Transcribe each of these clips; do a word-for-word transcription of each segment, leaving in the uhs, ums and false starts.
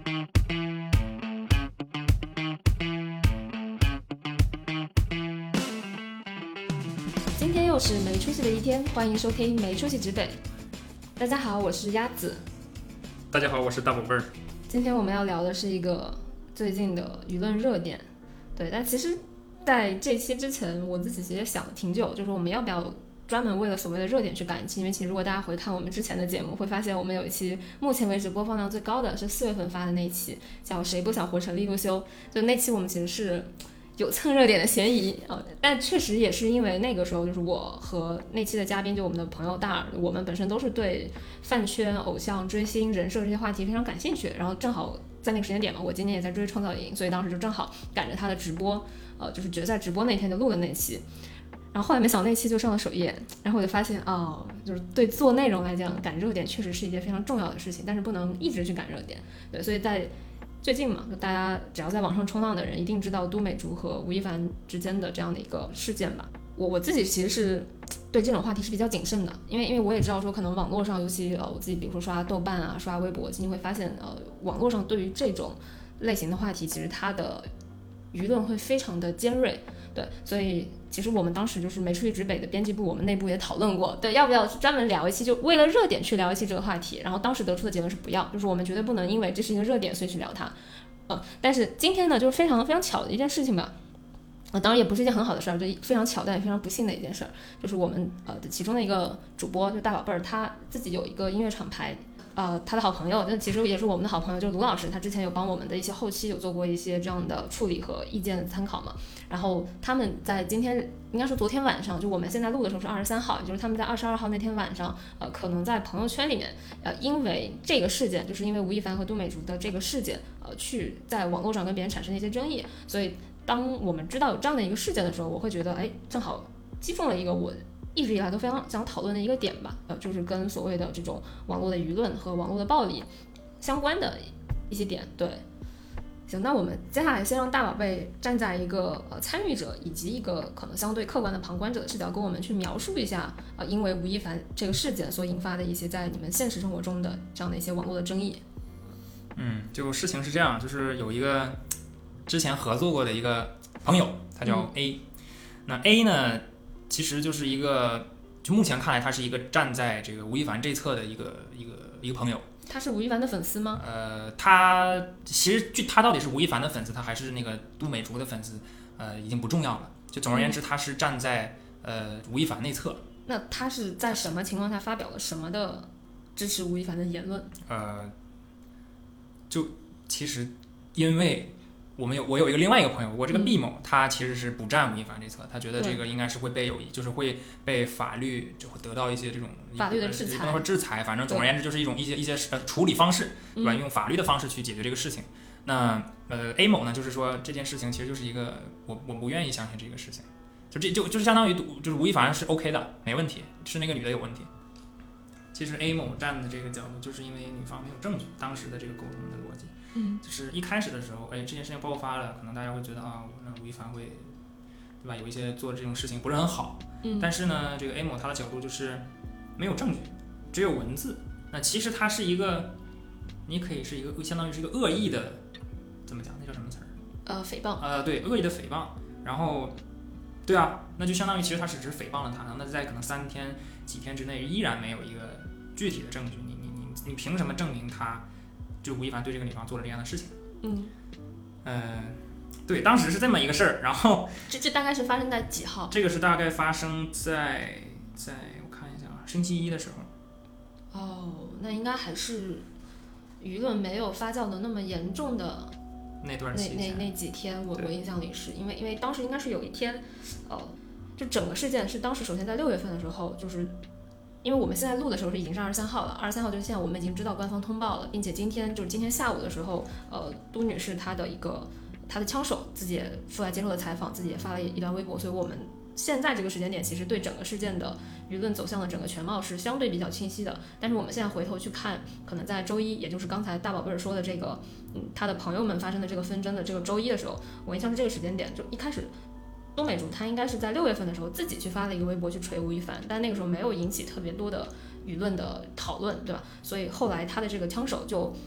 今天又是没出息的一天，欢迎收听没出息指北。大家好，我是鸭子。 大家好，我是大宝贝儿。 今天我们要聊的是一个最近的舆论热点。对，但其实在这期之前我自己其实想了挺久，就是我们要不要专门为了所谓的热点去赶一期，因为其实如果大家回看我们之前的节目，会发现我们有一期目前为止播放量最高的是四月份发的那一期，叫谁不想活成利路修。就那期我们其实是有蹭热点的嫌疑啊，但确实也是因为那个时候，就是我和那期的嘉宾，就我们的朋友大耳，我们本身都是对饭圈、偶像、追星、人设这些话题非常感兴趣，然后正好在那个时间点嘛，我今年也在追创造营，所以当时就正好赶着他的直播，呃，就是决赛直播那天就录了那期。然后后来没想到那期就上了首页，然后我就发现哦，就是对做内容来讲，赶热点确实是一件非常重要的事情，但是不能一直去赶热点。对，所以在最近嘛，就大家只要在网上冲浪的人，一定知道都美竹和吴亦凡之间的这样的一个事件吧。我我自己其实是对这种话题是比较谨慎的，因为因为我也知道说，可能网络上，尤其呃我自己比如说刷豆瓣啊、刷微博，经常会发现呃网络上对于这种类型的话题，其实它的舆论会非常的尖锐。对，所以其实我们当时就是没出息指北的编辑部，我们内部也讨论过，对，要不要专门聊一期，就为了热点去聊一期这个话题。然后当时得出的结论是不要，就是我们绝对不能因为这是一个热点所以去聊它。嗯，但是今天呢，就是非常非常巧的一件事情吧。呃，当然也不是一件很好的事儿，就非常巧但也非常不幸的一件事儿，就是我们呃其中的一个主播，就大宝贝儿，他自己有一个音乐厂牌。呃，他的好朋友，那其实也是我们的好朋友，就是卢老师，他之前有帮我们的一些后期有做过一些这样的处理和意见参考嘛。然后他们在今天，应该说昨天晚上，就我们现在录的时候是二十三号，也就是他们在二十二号那天晚上，呃，可能在朋友圈里面，呃，因为这个事件，就是因为吴亦凡和都美竹的这个事件，呃，去在网络上跟别人产生了一些争议。所以当我们知道有这样的一个事件的时候，我会觉得，哎，正好击中了一个我一直以来都非常想讨论的一个点吧，呃，就是跟所谓的这种网络的舆论和网络的暴力相关的一些点。对，行，那我们接下来先让大宝贝站在一个呃参与者以及一个可能相对客观的旁观者的视角，跟我们去描述一下，呃，因为吴亦凡这个事件所引发的一些在你们现实生活中的这样的一些网络的争议。 嗯，就事情是这样，就是有一个之前合作过的一个朋友，他叫 A，、嗯、那 A 呢？其实就是一个，就目前看来，他是一个站在这个吴亦凡这侧的一个一个一个朋友。 他是吴亦凡的粉丝吗？ 呃，他其实就他到底是吴亦凡的粉丝，他还是那个都美竹的粉丝，呃，已经不重要了。就总而言之，他是站在呃吴亦凡那侧。 那他是在什么情况下发表了什么的支持吴亦凡的言论？ 呃，就其实因为。我们有我有一个另外一个朋友，我这个 B 某、嗯、他其实是不站吴亦凡这侧，他觉得这个应该是会被有，就是会被法律就会得到一些这种法律的制裁， 不能说制裁，反正总而言之就是一种一些一些呃处理方式，对吧？用法律的方式去解决这个事情。嗯、那呃 A 某呢，就是说这件事情其实就是一个我我不愿意相信这个事情，就这就就是相当于就是吴亦凡是 OK 的，没问题，是那个女的有问题。其实 A 某站的这个角度，就是因为女方没有证据，当时的这个沟通的逻辑。 嗯， 就是一开始的时候，哎，这件事情爆发了，可能大家会觉得啊，那吴亦凡会，对吧？有一些做这种事情不是很好。 嗯， 但是呢，这个 A 某他的角度就是没有证据，只有文字。那其实它是一个，你可以是一个相当于是一个恶意的，怎么讲？那叫什么词儿？ 呃，诽谤。 呃，对，恶意的诽谤。然后，对啊，那就相当于其实他是只是诽谤了他，那在可能三天、几天之内依然没有一个具体的证据，你你你你凭什么证明他？就吴亦凡对这个女方做了这样的事情， 嗯， 呃，对，当时是这么一个事儿，然后这这大概是发生在几号？ 这个是大概发生在在我看一下啊，星期一的时候。 哦，那应该还是舆论没有发酵的那么严重的那段期间，那那那几天我，我我印象里是因为因为当时应该是有一天，呃，就整个事件是当时首先在六月份的时候，就是。因为我们现在录的时候是已经是二十三号了，二十三号就是现在我们已经知道官方通报了，并且今天就是今天下午的时候，呃，都女士她的一个她的枪手自己也出来接受了采访，自己也发了一段微博，所以我们现在这个时间点其实对整个事件的舆论走向的整个全貌是相对比较清晰的。但是我们现在回头去看，可能在周一，也就是刚才大宝贝儿说的这个，嗯，他的朋友们发生的这个纷争的这个周一的时候，我印象是这个时间点，就一开始。都美竹他应该是在六月份的时候自己去发了一个微博去锤吴亦凡，但那个时候没有引起特别多的舆论的讨论，对吧？所以后来他的这个枪手就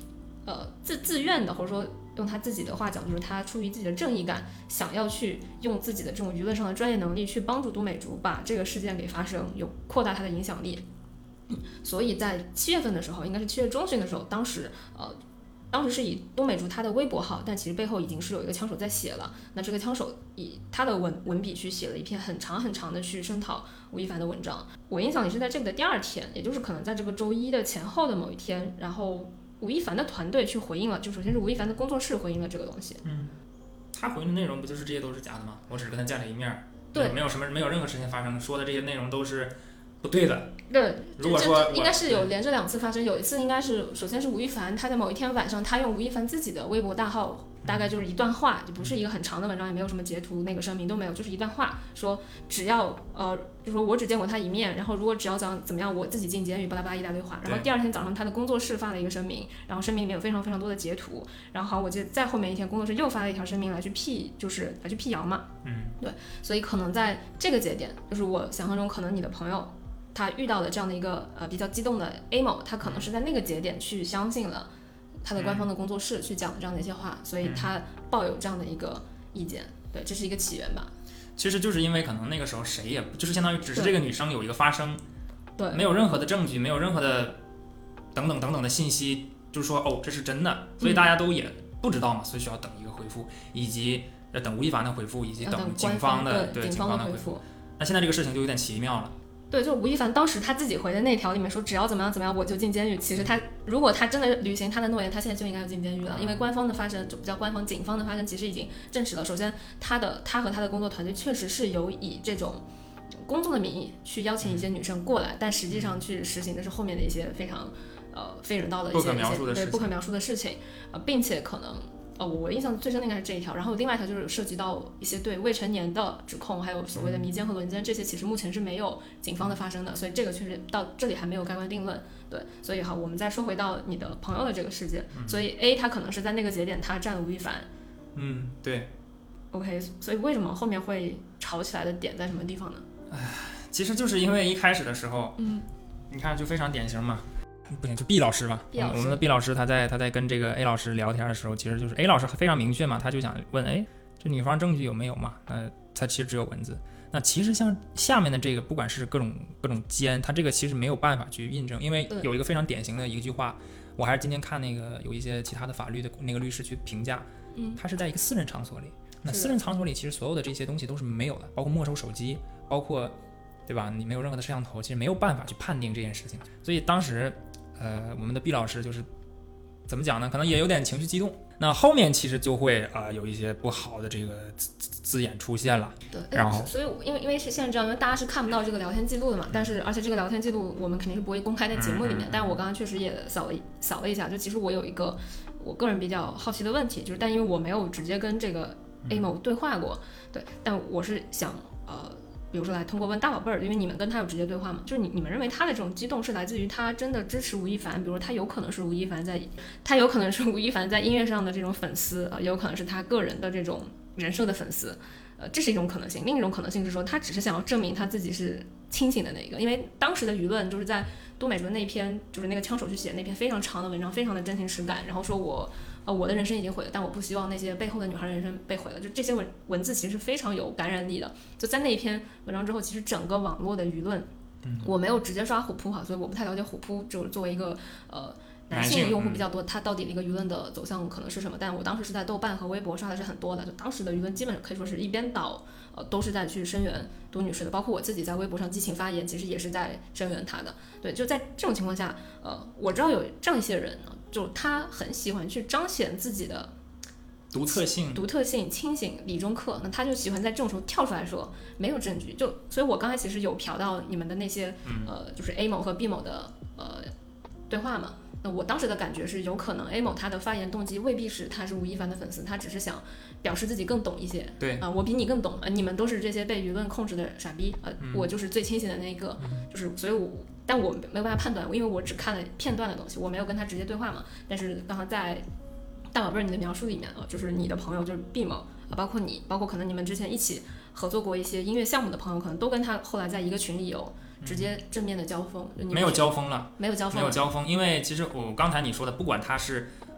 呃自自愿的，或者说用他自己的话讲，就是他出于自己的正义感，想要去用自己的这种舆论上的专业能力去帮助都美竹把这个事件给发生，有扩大他的影响力。嗯，所以在七月份的时候，应该是七月中旬的时候，当时呃。当时是以都美竹他的微博号，但其实背后已经是有一个枪手在写了。那这个枪手以他的文文笔去写了一篇很长很长的去声讨吴亦凡的文章。我印象里是在这个的第二天，也就是可能在这个周一的前后的某一天，然后吴亦凡的团队去回应了，就首先是吴亦凡的工作室回应了这个东西。 嗯，他回应的内容不就是这些都是假的吗？我只是跟他见了一面， 对， 没有什么没有任何事情发生，说的这些内容都是不对的。 对， 如果说应该是有连着两次发生，有一次应该是首先是吴亦凡他在某一天晚上，他用吴亦凡自己的微博大号，大概就是一段话，就不是一个很长的文章，也没有什么截图那个声明都没有，就是一段话，说只要呃，就说我只见过他一面，然后如果只要怎怎么样，我自己进监狱，巴拉巴拉一大堆话。然后第二天早上他的工作室发了一个声明，然后声明里面有非常非常多的截图，然后好，我记得在后面一天工作室又发了一条声明来去辟，就是来去辟谣嘛。 嗯， 对，所以可能在这个节点，就是我想象中可能你的朋友。他遇到的这样的一个呃比较激动的 A 某，他可能是在那个节点去相信了他的官方的工作室去讲的这样的一些话，所以他抱有这样的一个意见。对，这是一个起源吧。 其实就是因为可能那个时候谁也就是相当于只是这个女生有一个发声， 对， 没有任何的证据，没有任何的等等等等的信息，就是说哦这是真的，所以大家都也不知道嘛，所以需要等一个回复，以及等吴亦凡的回复，以及等警方的对警方的回复。 那现在这个事情就有点奇妙了。 对，就吴亦凡当时他自己回的那条里面说，只要怎么样怎么样我就进监狱。其实他如果他真的履行他的诺言，他现在就应该要进监狱了，因为官方的发声就比较官方，警方的发声其实已经证实了。首先，他的他和他的工作团队确实是有以这种公众的名义去邀请一些女生过来，但实际上去实行的是后面的一些非常呃非人道的一些不可描述的事情， 对不可描述的事情，呃，并且可能。呃，我印象最深的应该是这一条，然后另外一条就是涉及到一些对未成年的指控，还有所谓的迷奸和轮奸，这些其实目前是没有警方的发生的，所以这个确实到这里还没有盖棺定论。对，所以好，我们再说回到你的朋友的这个事件，所以 A 他可能是在那个节点他站了吴亦凡， 嗯，对 ，OK， 所以为什么后面会吵起来的点在什么地方呢？ 唉，其实就是因为一开始的时候， 嗯， 你看就非常典型嘛。不行，就 B 老师吧。 B 老师我们的 B 老师他在他在跟这个 A 老师聊天的时候，其实就是 A 老师非常明确嘛，他就想问，哎，这女方证据有没有嘛？呃，他其实只有文字。那其实像下面的这个，不管是各种各种奸，他这个其实没有办法去印证，因为有一个非常典型的一句话，我还是今天看那个有一些其他的法律的那个律师去评价， 嗯， 他是在一个私人场所里，那私人场所里其实所有的这些东西都是没有的，包括没收手机，包括对吧？你没有任何的摄像头，其实没有办法去判定这件事情。所以当时。呃，我们的毕老师就是怎么讲呢？可能也有点情绪激动。那后面其实就会啊、呃、有一些不好的这个字字眼出现了。 对， 然后所以因为因为是现在这样，因为大家是看不到这个聊天记录的嘛。但是而且这个聊天记录我们肯定是不会公开在节目里面。 嗯嗯、 但是我刚刚确实也扫了扫了一下，就其实我有一个我个人比较好奇的问题，就是但因为我没有直接跟这个 A 某对话过，对，但我是想呃。比如说来通过问大宝贝儿，因为你们跟他有直接对话嘛，就是你你们认为他的这种激动是来自于他真的支持吴亦凡，比如说他有可能是吴亦凡在，他有可能是吴亦凡在音乐上的这种粉丝，呃，有可能是他个人的这种人设的粉丝，呃，这是一种可能性。另一种可能性是说他只是想要证明他自己是清醒的那个，因为当时的舆论就是在都美竹那篇就是那个枪手去写那篇非常长的文章，非常的真情实感，然后说我。呃，我的人生已经毁了，但我不希望那些背后的女孩的人生被毁了。就这些文文字其实非常有感染力的。就在那一篇文章之后，其实整个网络的舆论， 嗯、 我没有直接刷虎扑哈，所以我不太了解虎扑，就是作为一个呃男性用户比较多，它到底的一个舆论的走向可能是什么？但我当时是在豆瓣和微博刷的是很多的，就当时的舆论基本可以说是一边倒，呃，都是在去声援都女士的，包括我自己在微博上激情发言，其实也是在声援她的。对，就在这种情况下，呃，我知道有这样一些人呢。就他很喜欢去彰显自己的独特性、 独特性、清醒、理中客，那他就喜欢在这种时候跳出来说没有证据。就所以，我刚才其实有瞟到你们的那些、 嗯、 呃，就是 A 某和 B 某的呃对话嘛。那我当时的感觉是，有可能 A 某他的发言动机未必是他是吴亦凡的粉丝，他只是想表示自己更懂一些。 对啊、呃，我比你更懂，呃，你们都是这些被舆论控制的傻逼，呃， 嗯、 我就是最清醒的那一个， 嗯、 就是所以我。但我没有办法判断，因为我只看了片段的东西，我没有跟他直接对话嘛。但是刚才在大宝贝儿你的描述里面啊，就是你的朋友就是 B 某啊，包括你，包括可能你们之前一起合作过一些音乐项目的朋友，可能都跟他后来在一个群里有直接正面的交锋。 没有交锋了， 没有交锋， 没有交锋，因为其实我刚才你说的，不管他是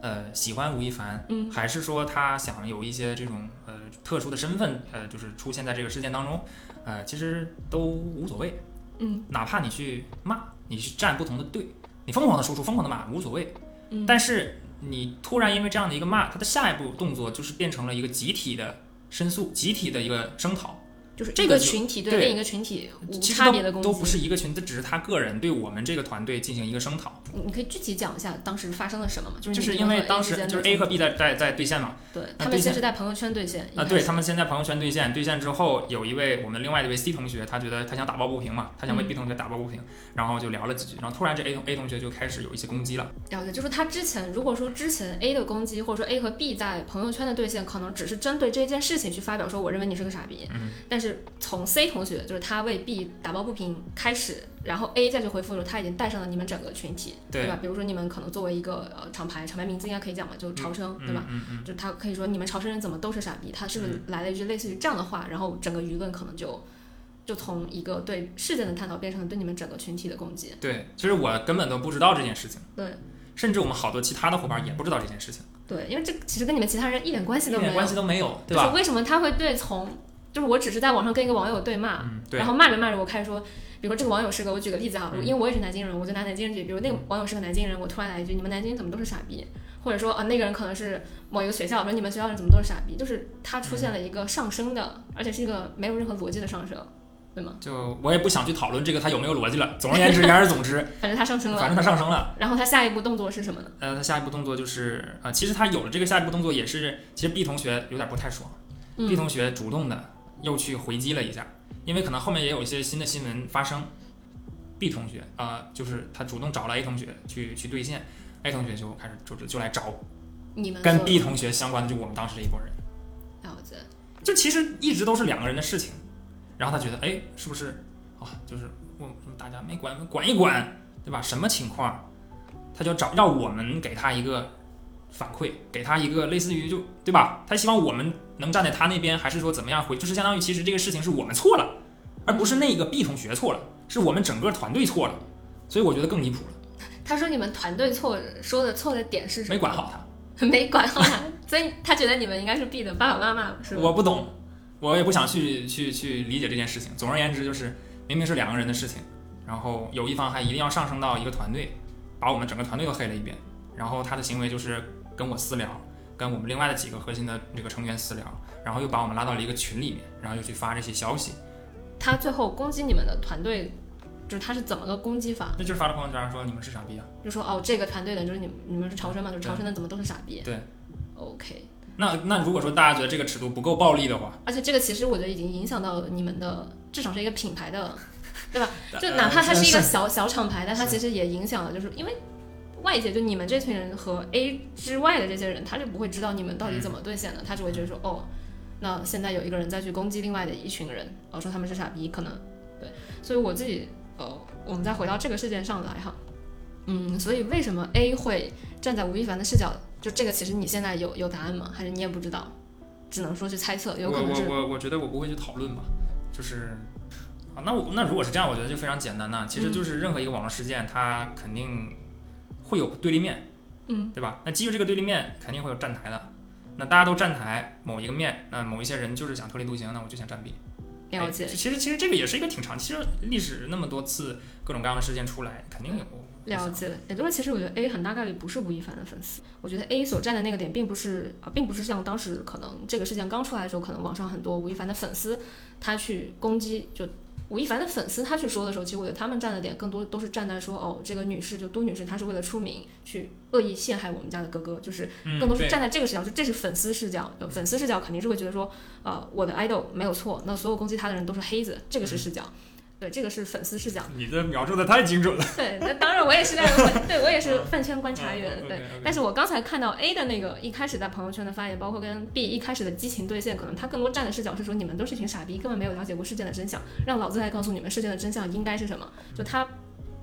呃喜欢吴亦凡， 嗯， 还是说他想有一些这种呃特殊的身份，呃，就是出现在这个事件当中，呃，其实都无所谓。 嗯， 哪怕你去骂，你去站不同的队，你疯狂的输出，疯狂的骂，无所谓。 嗯， 但是你突然因为这样的一个骂，他的下一步动作就是变成了一个集体的申诉，集体的一个声讨。 就是一个群体对另一个群体无差别的攻击， 都不是一个群体，只是他个人对我们这个团队进行一个声讨。 你可以具体讲一下当时发生了什么吗？就是就是因为当时就是 A 和 B 在在在对线嘛， 对，他们先是在朋友圈对线啊，对他们先在朋友圈对线，对线之后有一位我们另外一位 C 同学，他觉得他想打抱不平嘛，他想为 B 同学打抱不平，嗯、然后就聊了几句，然后突然这 A A 同学就开始有一些攻击了。 了解，就是他之前如果说之前 A 的攻击，或者说 A 和 B 在朋友圈的对线，可能只是针对这件事情去发表说我认为你是个傻逼， 嗯， 但是从 C 同学就是他为 B 打抱不平开始，然后 A 再去回复的时候，他已经带上了你们整个群体， 对, 对吧？比如说你们可能作为一个呃厂牌，厂牌名字应该可以讲嘛，就潮生， 嗯、 对吧？ 嗯嗯嗯、 就他可以说你们潮生人怎么都是傻逼，他是不是来了一句类似于这样的话，然后整个舆论可能就就从一个对事件的探讨变成了对你们整个群体的攻击。 对，其实我根本都不知道这件事情， 对， 甚至我们好多其他的伙伴也不知道这件事情。 对，因为这其实跟你们其他人一点关系都没有， 一点关系都没有，对吧？ 就是为什么他会对从，就是我只是在网上跟一个网友对骂， 嗯、对， 然后骂着骂着我开始说，比如说这个网友是个，我举个例子哈， 嗯、 因为我也是南京人，我就拿南京人举，比如那个网友是个南京人，我突然来一句，你们南京人怎么都是傻逼，或者说啊那个人可能是某一个学校，说你们学校人怎么都是傻逼，就是他出现了一个上升的，嗯、而且是一个没有任何逻辑的上升。对吗？ 就我也不想去讨论这个他有没有逻辑了。总而言之，言而总之， 反正他上升了。 反正他上升了。 然后他下一步动作是什么呢？ 呃，他下一步动作就是呃，其实他有了这个下一步动作，也是其实 B 同学有点不太爽。 嗯、 B 同学主动的又去回击了一下，因为可能后面也有一些新的新闻发生。B 同学啊、呃，就是他主动找了 A 同学去去对线 ，A 同学就开始就就来找你们跟 B 同学相关的，就我们当时这一拨人。 了解。 就其实一直都是两个人的事情，然后他觉得，哎，是不是？啊，就是我大家没管管一管，对吧？什么情况，他就找让我们给他一个反馈，给他一个类似于就对吧？他希望我们能站在他那边，还是说怎么样回？就是相当于其实这个事情是我们错了，而不是那个 B 同学错了，是我们整个团队错了。所以我觉得更离谱了。 他说你们团队错，说的错的点是什么？ 没管好他，没管好他，所以他觉得你们应该是 B 的爸爸妈妈，是吧？ 我不懂，我也不想去去去理解这件事情。总而言之就是。明明是两个人的事情，然后有一方还一定要上升到一个团队，把我们整个团队都黑了一遍。然后他的行为就是跟我私聊，跟我们另外的几个核心的这个成员私聊，然后又把我们拉到了一个群里面，然后又去发这些消息。 他最后攻击你们的团队，就是他是怎么个攻击法？ 那就是发了朋友圈说你们是傻逼啊， 就说哦这个团队的就是你你们是潮生嘛，就是潮生的怎么都是傻逼。 对 ，OK。 那那如果说大家觉得这个尺度不够暴力的话， 而且这个其实我觉得已经影响到你们的，至少是一个品牌的，对吧？就哪怕它是一个小小厂牌，但它其实也影响了，就是因为外界就你们这群人和 A 之外的这些人，他是不会知道你们到底怎么兑现的，他只会觉得说哦，那现在有一个人再去攻击另外的一群人，哦说他们是傻逼，可能对，所以我自己呃，我们再回到这个事件上来哈，嗯，所以为什么 A 会站在吴亦凡的视角？就这个其实你现在有有答案吗？还是你也不知道，只能说去猜测，有可能是我我我我觉得我不会去讨论吧，就是啊，那我那如果是这样，我觉得就非常简单呐，其实就是任何一个网络事件，它肯定会有对立面， 嗯， 对吧？那基于这个对立面，肯定会有站台的，那大家都站台某一个面，那某一些人就是想特立独行，那我就想站 B。 了解。 其实其实这个也是一个挺长，其实历史那么多次各种各样的事件出来，肯定有。 了解，也就是其实我觉得 A 很大概率不是吴亦凡的粉丝。我觉得 A 所站的那个点，并不是啊，并不是像当时可能这个事件刚出来的时候，可能网上很多吴亦凡的粉丝他去攻击，就吴亦凡的粉丝他去说的时候，其实我觉得他们站的点更多都是站在说哦，这个女士就都女士，她是为了出名去恶意陷害我们家的哥哥，就是更多是站在这个视角，就这是粉丝视角。就粉丝视角肯定是会觉得说，呃，我的 idol 没有错，那所有攻击他的人都是黑子，这个是视角。嗯对，这个是粉丝视角。 你这描述的太精准了。 对，那当然我也是在对我也是饭圈观察员。 嗯、 对， okay, okay. 但是我刚才看到 A 的那个一开始在朋友圈的发言，包括跟 B 一开始的激情对线，可能他更多站的视角是说你们都是一群傻逼，根本没有了解过事件的真相，让老子来告诉你们事件的真相应该是什么。就他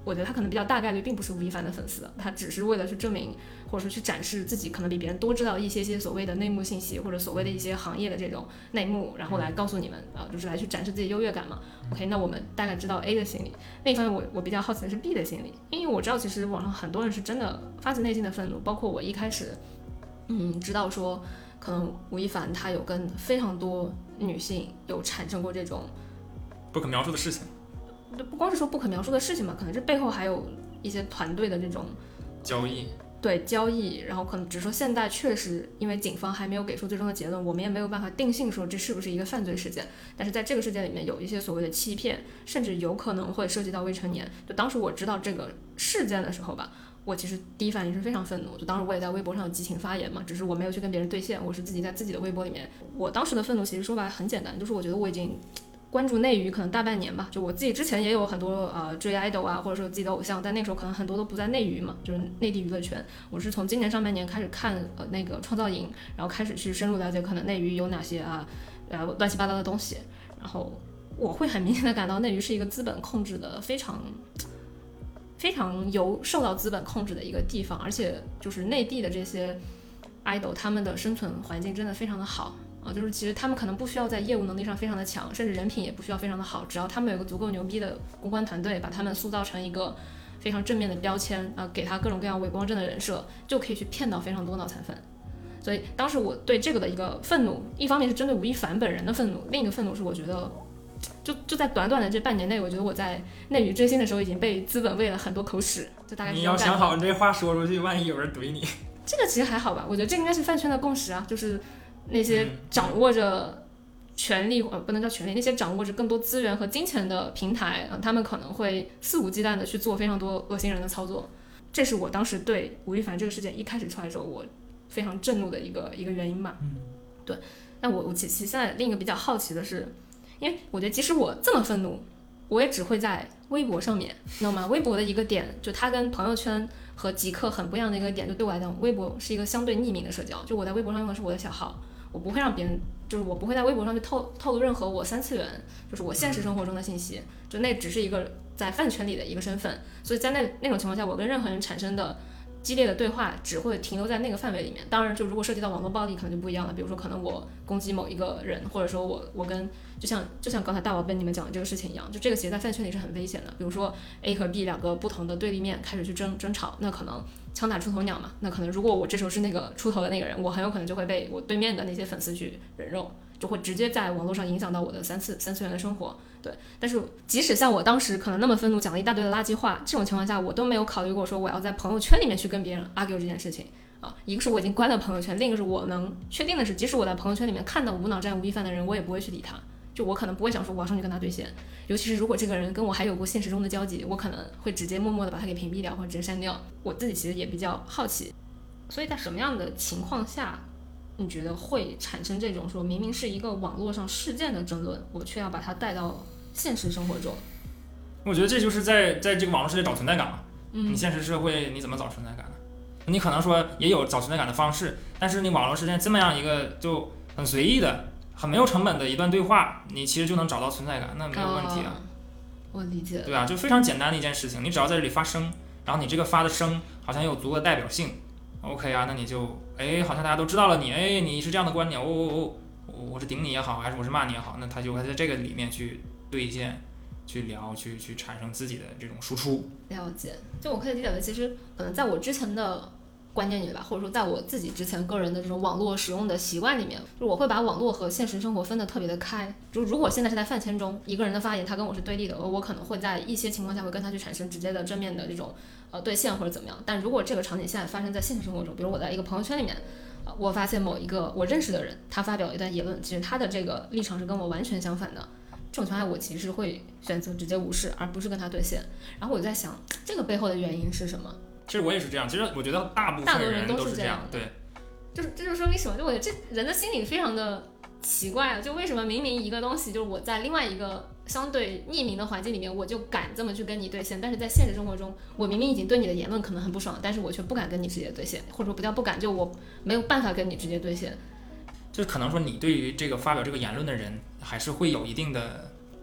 我觉得他可能比较大概率并不是吴亦凡的粉丝，他只是为了去证明或者说去展示自己可能比别人多知道一些些所谓的内幕信息或者所谓的一些行业的这种内幕，然后来告诉你们啊、呃，就是来去展示自己优越感嘛。OK， 那我们大概知道 A 的心理，另一方面我我比较好奇的是 B 的心理，因为我知道其实网上很多人是真的发自内心的愤怒，包括我一开始嗯知道说可能吴亦凡他有跟非常多女性有产生过这种不可描述的事情。 不光是说不可描述的事情嘛，可能这背后还有一些团队的这种交易， 对交易，然后可能只是说现在确实因为警方还没有给出最终的结论，我们也没有办法定性说这是不是一个犯罪事件，但是在这个事件里面有一些所谓的欺骗，甚至有可能会涉及到未成年。就当时我知道这个事件的时候吧，我其实第一反应是非常愤怒，就当时我也在微博上有激情发言嘛，只是我没有去跟别人对线，我是自己在自己的微博里面。我当时的愤怒其实说白了很简单，就是我觉得我已经关注内娱可能大半年吧，就我自己之前也有很多呃追 idol 啊，或者说自己的偶像，但那个时候可能很多都不在内娱嘛，就是内地娱乐圈。我是从今年上半年开始看呃那个创造营，然后开始去深入了解可能内娱有哪些啊呃乱七八糟的东西，然后我会很明显的感到内娱是一个资本控制的非常非常由受到资本控制的一个地方，而且就是内地的这些 idol 他们的生存环境真的非常的好。啊，就是其实他们可能不需要在业务能力上非常的强，甚至人品也不需要非常的好，只要他们有个足够牛逼的公关团队，把他们塑造成一个非常正面的标签啊，给他各种各样伪光正的人设，就可以去骗到非常多脑残粉。所以当时我对这个的一个愤怒，一方面是针对吴亦凡本人的愤怒，另一个愤怒是我觉得就就在短短的这半年内，我觉得我在内娱追星的时候已经被资本喂了很多口屎，就大概你要想好你这话说出去，万一有人怼你。 这个其实还好吧，我觉得这应该是饭圈的共识啊，就是那些掌握着权力，呃，不能叫权力，那些掌握着更多资源和金钱的平台，呃，他们可能会肆无忌惮的去做非常多恶心人的操作。这是我当时对吴亦凡这个事件一开始出来的时候，我非常震怒的一个一个原因吧。 嗯， 对。那我我其实现在另一个比较好奇的是，因为我觉得即使我这么愤怒，我也只会在微博上面，你知道吗？微博的一个点，就它跟朋友圈和极客很不一样的一个点，就对我来讲，微博是一个相对匿名的社交，就我在微博上用的是我的小号。我不会让别人，就是我不会在微博上去透透露任何我三次元，就是我现实生活中的信息，就那只是一个在饭圈里的一个身份，所以在那那种情况下，我跟任何人产生的激烈的对话只会停留在那个范围里面。当然，就如果涉及到网络暴力，可能就不一样了。比如说，可能我攻击某一个人，或者说我我跟就像就像刚才大宝跟你们讲的这个事情一样，就这个其实在饭圈里是很危险的。比如说 A 和 B 两个不同的对立面开始去争争吵，那可能枪打出头鸟嘛，那可能如果我这时候是那个出头的那个人，我很有可能就会被我对面的那些粉丝去人肉，就会直接在网络上影响到我的三次三次元的生活。对，但是即使像我当时可能那么愤怒，讲了一大堆的垃圾话，这种情况下我都没有考虑过说我要在朋友圈里面去跟别人 argue 这件事情啊。一个是我已经关了朋友圈，另一个是我能确定的是，即使我在朋友圈里面看到无脑战吴亦凡的人，我也不会去理他。就我可能不会想说我要上去跟他对线，尤其是如果这个人跟我还有过现实中的交集，我可能会直接默默的把他给屏蔽掉或者直接删掉。我自己其实也比较好奇，所以在什么样的情况下你觉得会产生这种说明明是一个网络上事件的争论，我却要把它带到现实生活中？ 我觉得这就是在在这个网络世界找存在感嘛。 嗯， 你现实社会你怎么找存在感呢？你可能说也有找存在感的方式，但是你网络世界这么样一个就很随意的很没有成本的一段对话，你其实就能找到存在感，那没有问题啊。 哦，我理解。 对啊，就非常简单的一件事情，你只要在这里发声，然后你这个发的声好像有足够的代表性 ，OK 啊，那你就哎，好像大家都知道了你，哎，你是这样的观点，哦哦哦，我是顶你也好，还是我是骂你也好，那他就会在这个里面去对线、去聊、去去产生自己的这种输出。 了解，就我可以理解的，其实可能在我之前的观念里吧，或者说在我自己之前个人的这种网络使用的习惯里面，就我会把网络和现实生活分得特别的开。就如果现在是在饭圈中，一个人的发言他跟我是对立的，我可能会在一些情况下会跟他去产生直接的正面的这种呃对线或者怎么样。但如果这个场景现在发生在现实生活中，比如我在一个朋友圈里面，呃，我发现某一个我认识的人他发表了一段言论，其实他的这个立场是跟我完全相反的，这种情况下我其实会选择直接无视，而不是跟他对线。然后我就在想，这个背后的原因是什么？ 其实我也是这样，其实我觉得大部分人都是这样，对， 就是这就说明什么？就我觉得这人的心理非常的奇怪啊！就为什么明明一个东西，就是我在另外一个相对匿名的环境里面，我就敢这么去跟你对线，但是在现实生活中，我明明已经对你的言论可能很不爽，但是我却不敢跟你直接对线，或者说不叫不敢，就我没有办法跟你直接对线。 就可能说你对于这个发表这个言论的人，还是会有一定的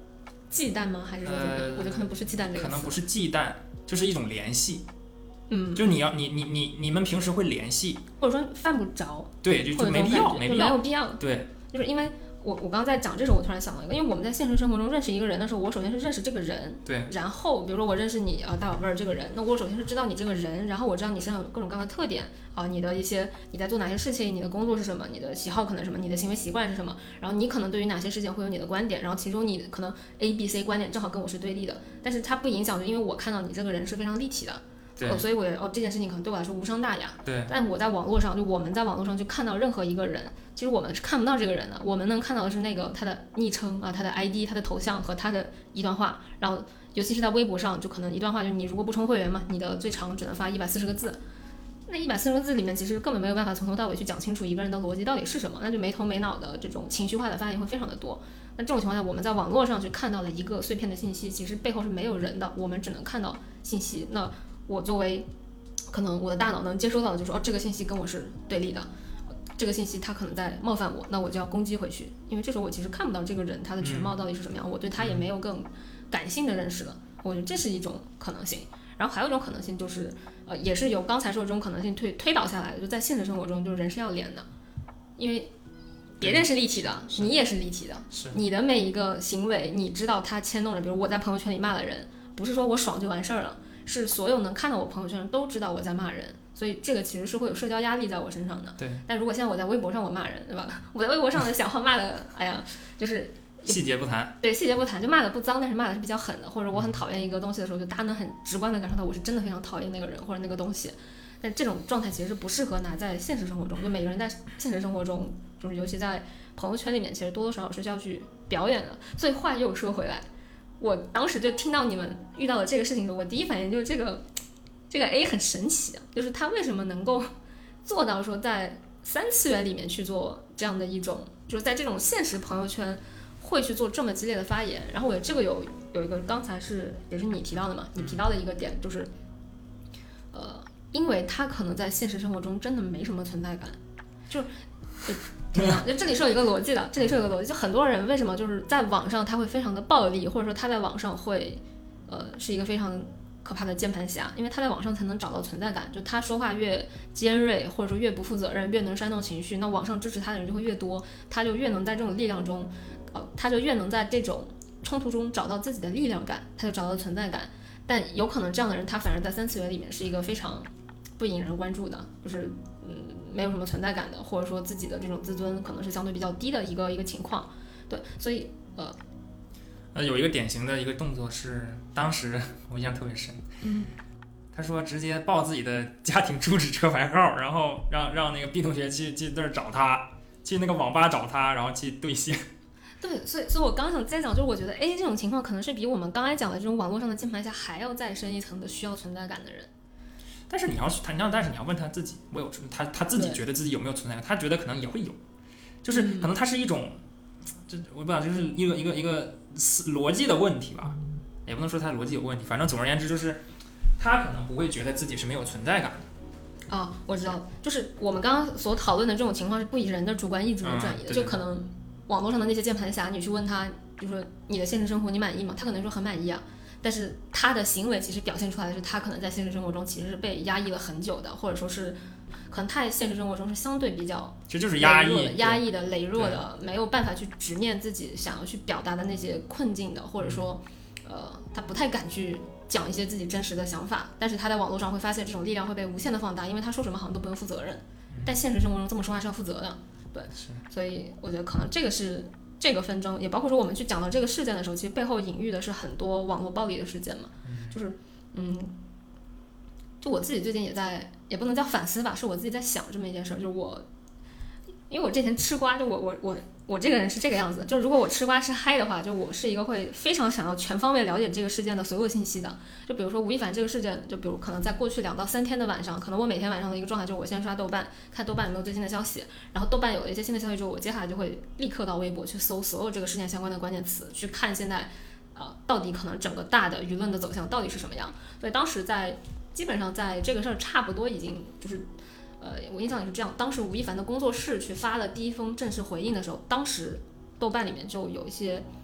忌惮吗？还是说怎么样？ 呃、 我觉得可能不是忌惮这个词， 可能不是忌惮，就是一种联系。 嗯， 就你要你你你你们平时会联系， 或者说犯不着， 对，就就没必要，没必要， 没有必要， 对， 就是因为我我刚刚在讲这时候，我突然想到一个，因为我们在现实生活中认识一个人的时候，我首先是认识这个人， 对， 然后比如说我认识你啊、呃、大宝贝儿这个人，那我首先是知道你这个人，然后我知道你身上有各种各样的特点啊、呃，你的一些你在做哪些事情，你的工作是什么，你的喜好可能是什么，你的行为习惯是什么，然后你可能对于哪些事情会有你的观点，然后其中你可能 A B C 观点正好跟我是对立的，但是它不影响，就因为我看到你这个人是非常立体的。 对、 哦，所以我觉得哦，这件事情可能对我来说无伤大雅。 对。 但我在网络上，就我们在网络上去看到任何一个人，其实我们是看不到这个人的，我们能看到的是那个他的昵称啊，他的 I D、他的头像和他的一段话。然后，尤其是在微博上，就可能一段话就是你如果不充会员嘛，你的最长只能发一百四十个字。那一百四十个字里面，其实根本没有办法从头到尾去讲清楚一个人的逻辑到底是什么，那就没头没脑的这种情绪化的发言会非常的多。那这种情况下，我们在网络上去看到了一个碎片的信息，其实背后是没有人的，我们只能看到信息。那我作为可能我的大脑能接收到的就是哦，这个信息跟我是对立的，这个信息它可能在冒犯我，那我就要攻击回去，因为这时候我其实看不到这个人他的全貌到底是什么样，嗯、我对他也没有更感性的认识了，我觉得这是一种可能性。然后还有一种可能性就是，呃，也是由刚才说的这种可能性推推导下来的，就在现实生活中，就是人是要连的，因为别人是立体的，你也是立体的，你的每一个行为，你知道它牵动着，比如我在朋友圈里骂了人，不是说我爽就完事儿了。是所有能看到我朋友圈的人都知道我在骂人，所以这个其实是会有社交压力在我身上的。 对。 但如果现在我在微博上我骂人，对吧？我在微博上的小号骂的，哎呀，就是细节不谈。对， 细节不谈，就骂的不脏，但是骂的是比较狠的，或者我很讨厌一个东西的时候，就大家能很直观的感受到我是真的非常讨厌那个人或者那个东西。但这种状态其实是不适合拿在现实生活中，就每个人在现实生活中，就是尤其在朋友圈里面，其实多多少少是需要去表演的。所以话又说回来。我当时就听到你们遇到了这个事情的时候，我第一反应就是这个这个 A 很神奇的，就是他为什么能够做到说在三次元里面去做这样的一种，就是在这种现实朋友圈会去做这么激烈的发言。然后我这个有有一个刚才是也是你提到的嘛，你提到的一个点就是，呃，因为他可能在现实生活中真的没什么存在感，就。就就这里是有一个逻辑的，这里是有一个逻辑，就很多人为什么就是在网上他会非常的暴力，或者说他在网上会，呃，是一个非常可怕的键盘侠，因为他在网上才能找到存在感，就他说话越尖锐，或者说越不负责任，越能煽动情绪，那网上支持他的人就会越多，他就越能在这种力量中，呃，他就越能在这种冲突中找到自己的力量感，他就找到存在感。但有可能这样的人，他反而在三次元里面是一个非常不引人关注的，就是嗯。没有什么存在感的，或者说自己的这种自尊可能是相对比较低的一个一个情况，对，所以呃， 呃，有一个典型的一个动作是，当时我印象特别深， 嗯， 他说直接报自己的家庭住址车牌号，然后让让那个 B 同学去去那儿找他，去那个网吧找他，然后去兑现。 对，所以所以我刚想再讲，就是我觉得 A 这种情况可能是比我们刚才讲的这种网络上的键盘侠还要再深一层的需要存在感的人。 但是你要他，你要但是你要问他自己，我有他他自己觉得自己有没有存在感？他觉得可能也会有，就是可能他是一种，这我不知道，就是一个一个一个逻辑的问题吧，也不能说他逻辑有问题，反正总而言之就是他可能不会觉得自己是没有存在感的。 啊、哦，我知道，就是我们刚刚所讨论的这种情况是不以人的主观意志为转移的， 嗯、对对对就可能网络上的那些键盘侠，你去问他，就说你的现实生活你满意吗？他可能说很满意啊。但是他的行为其实表现出来的是，他可能在现实生活中其实是被压抑了很久的，或者说是，可能他在现实生活中是相对比较， 其实就是压抑、 压抑的、羸弱的，没有办法去直面自己想要去表达的那些困境的，或者说，呃，他不太敢去讲一些自己真实的想法。但是他在网络上会发现这种力量会被无限的放大，因为他说什么好像都不用负责任，但现实生活中这么说话是要负责的，对，所以我觉得可能这个是。这个纷争也包括说我们去讲到这个事件的时候，其实背后隐喻的是很多网络暴力的事件嘛，就是嗯，就我自己最近也在，也不能叫反思吧，是我自己在想这么一件事，就是我，因为我之前吃瓜，就我我我我这个人是这个样子，就如果我吃瓜吃嗨的话，就我是一个会非常想要全方位了解这个事件的所有信息的。就比如说吴亦凡这个事件，就比如可能在过去两到三天的晚上，可能我每天晚上的一个状态就是我先刷豆瓣，看豆瓣有没有最新的消息，然后豆瓣有了一些新的消息之后，我接下来就会立刻到微博去搜所有这个事件相关的关键词，去看现在呃到底可能整个大的舆论的走向到底是什么样。所以当时在基本上在这个事儿差不多已经就是呃，我印象也是这样，当时吴亦凡的工作室去发了第一封正式回应的时候，当时豆瓣里面就有一些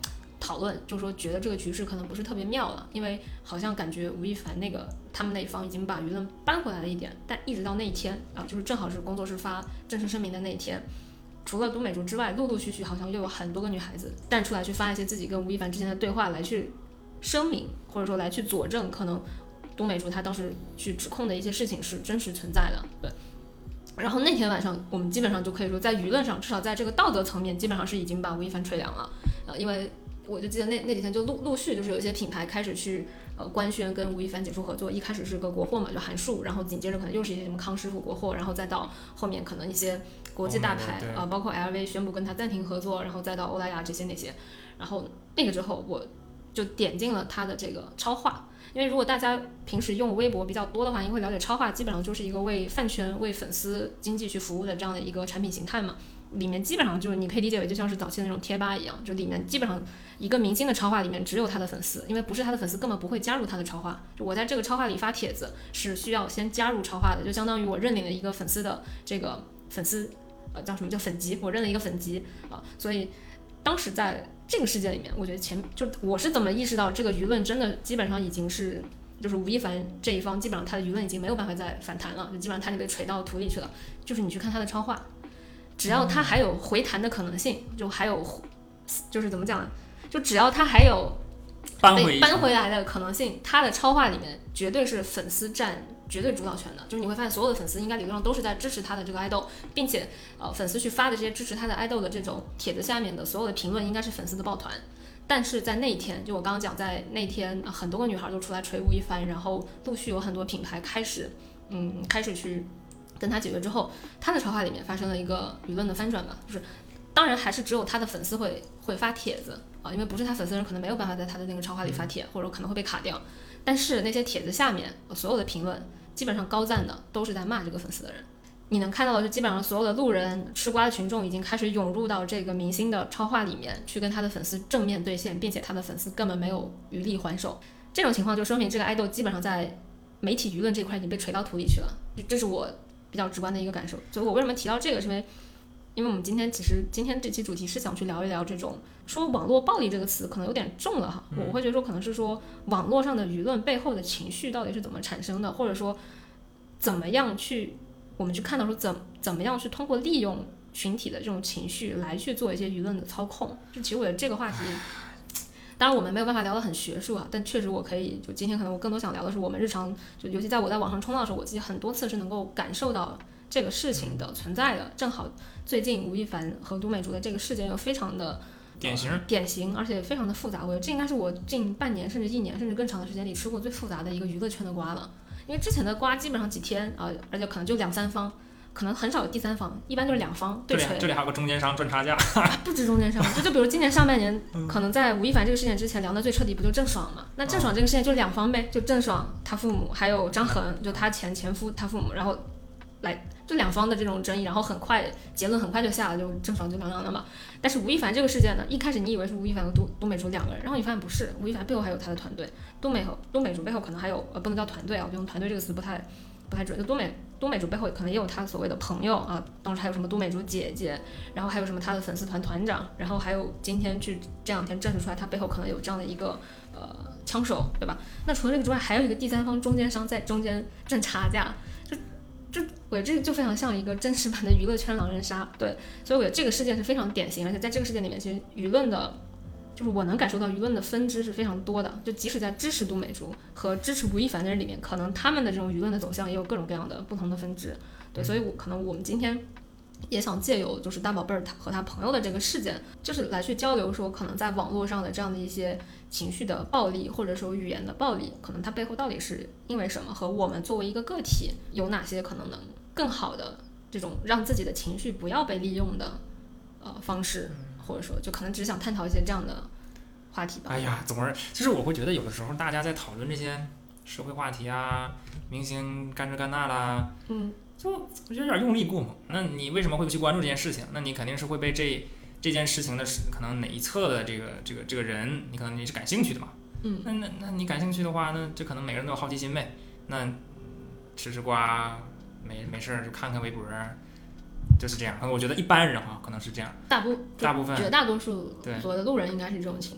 讨论，就说觉得这个局势可能不是特别妙了，因为好像感觉吴亦凡那个他们那一方已经把舆论扳回来了一点，但一直到那一天啊，就是正好是工作室发正式声明的那一天，除了都美竹之外，陆陆续续好像又有很多个女孩子站出来去发一些自己跟吴亦凡之间的对话，来去声明或者说来去佐证可能都美竹她当时去指控的一些事情是真实存在的。对，然后那天晚上我们基本上就可以说在舆论上，至少在这个道德层面基本上是已经把吴亦凡吹凉了。呃，因为我就记得那那几天就陆陆续就是有一些品牌开始去呃官宣跟吴亦凡解除合作，一开始是个国货嘛，就韩束，然后紧接着可能又是一些什么康师傅国货，然后再到后面可能一些国际大牌啊、呃，包括 L V 宣布跟他暂停合作，然后再到欧莱雅这些那些，然后那个之后我就点进了他的这个超话。因为如果大家平时用微博比较多的话，你会了解超话基本上就是一个为饭圈、为粉丝经济去服务的这样的一个产品形态嘛。里面基本上就是你可以理解为就像是早期的那种贴吧一样，就里面基本上一个明星的超话里面只有他的粉丝，因为不是他的粉丝根本不会加入他的超话。就我在这个超话里发帖子是需要先加入超话的，就相当于我认领了一个粉丝的这个粉丝呃叫什么叫粉级，我认了一个粉级啊，所以当时在这个事件里面，我觉得前就我是怎么意识到这个舆论真的基本上已经是就是吴亦凡这一方基本上他的舆论已经没有办法再反弹了，就基本上他就被锤到土里去了。就是你去看他的超话，只要他还有回弹的可能性，就还有就是怎么讲呢？就只要他还有被搬回来的可能性，他的超话里面绝对是粉丝占绝对主导权的。就是你会发现所有的粉丝应该理论上都是在支持他的这个爱豆，并且呃粉丝去发的这些支持他的爱豆的这种帖子下面的所有的评论应该是粉丝的抱团。但是在那一天，就我刚刚讲，在那天、呃、很多个女孩都出来锤吴亦凡，然后陆续有很多品牌开始嗯开始去跟他解决之后，他的超话里面发生了一个舆论的翻转吧，就是当然还是只有他的粉丝会会发帖子啊，因为不是他粉丝的人可能没有办法在他的那个超话里发帖，或者可能会被卡掉。但是那些帖子下面所有的评论基本上高赞的都是在骂这个粉丝的人。你能看到的是基本上所有的路人吃瓜的群众已经开始涌入到这个明星的超话里面去跟他的粉丝正面对线，并且他的粉丝根本没有余力还手。这种情况就说明这个爱豆基本上在媒体舆论这块已经被锤到土里去了，这是我比较直观的一个感受。所以我为什么提到这个，是因为因为我们今天其实今天这期主题是想去聊一聊这种说网络暴力这个词可能有点重了哈，我会觉得说可能是说网络上的舆论背后的情绪到底是怎么产生的，或者说怎么样去我们去看到说怎怎么样去通过利用群体的这种情绪来去做一些舆论的操控。就其实我觉得这个话题当然我们没有办法聊得很学术啊，但确实我可以就今天可能我更多想聊的是我们日常就尤其在我在网上冲浪的时候，我自己很多次是能够感受到这个事情的存在的。正好最近吴亦凡和都美竹的这个事件又非常的典型、 呃、典型，而且非常的复杂。我觉得这应该是我近半年甚至一年甚至更长的时间里吃过最复杂的一个娱乐圈的瓜了。因为之前的瓜基本上几天啊、呃，而且可能就两三方，可能很少有第三方，一般就是两方对锤。 这里还有个中间商赚差价， 不止中间商，就就比如今年上半年，可能在吴亦凡这个事件之前聊的最彻底不就郑爽嘛？那郑爽这个事件就两方呗，就郑爽他父母，还有张恒，就他前前夫他父母，然后来就两方的这种争议，然后很快结论很快就下了，就郑爽就凉凉的嘛。但是吴亦凡这个事件呢，一开始你以为是吴亦凡和都都美竹两个人，然后你发现不是，吴亦凡背后还有他的团队，都美和都美竹背后可能还有呃不能叫团队啊，我用团队这个词不太不太准，就都美都美竹背后可能也有他所谓的朋友啊，当时还有什么都美竹姐姐，然后还有什么他的粉丝团团长，然后还有今天去这两天证实出来他背后可能有这样的一个呃枪手，对吧？那除了这个之外，还有一个第三方中间商在中间挣差价，就就我觉得这就非常像一个真实版的娱乐圈狼人杀，对，所以我觉得这个事件是非常典型，而且在这个事件里面，其实舆论的，就是我能感受到舆论的分支是非常多的，就即使在支持都美竹和支持吴亦凡的人里面，可能他们的这种舆论的走向也有各种各样的不同的分支，对，所以我可能我们今天也想借由就是大宝贝儿他和他朋友的这个事件，就是来去交流说，可能在网络上的这样的一些情绪的暴力，或者说语言的暴力，可能它背后到底是因为什么，和我们作为一个个体有哪些可能能更好的这种让自己的情绪不要被利用的呃方式，或者说就可能只想探讨一些这样的话题吧。 哎呀，总是其实我会觉得有的时候大家在讨论这些社会话题啊，明星干这干那啦， 嗯， 就我觉得有点用力过猛。那你为什么会去关注这件事情？那你肯定是会被这这件事情的可能哪一侧的这个这个这个人，你可能你是感兴趣的嘛。 嗯， 那那那你感兴趣的话，那这可能每个人都有好奇心呗。那吃吃瓜，没没事就看看微博，就是这样。我觉得一般人哈可能是这样， 大部大部分绝大多数对所谓的路人应该是这种情况。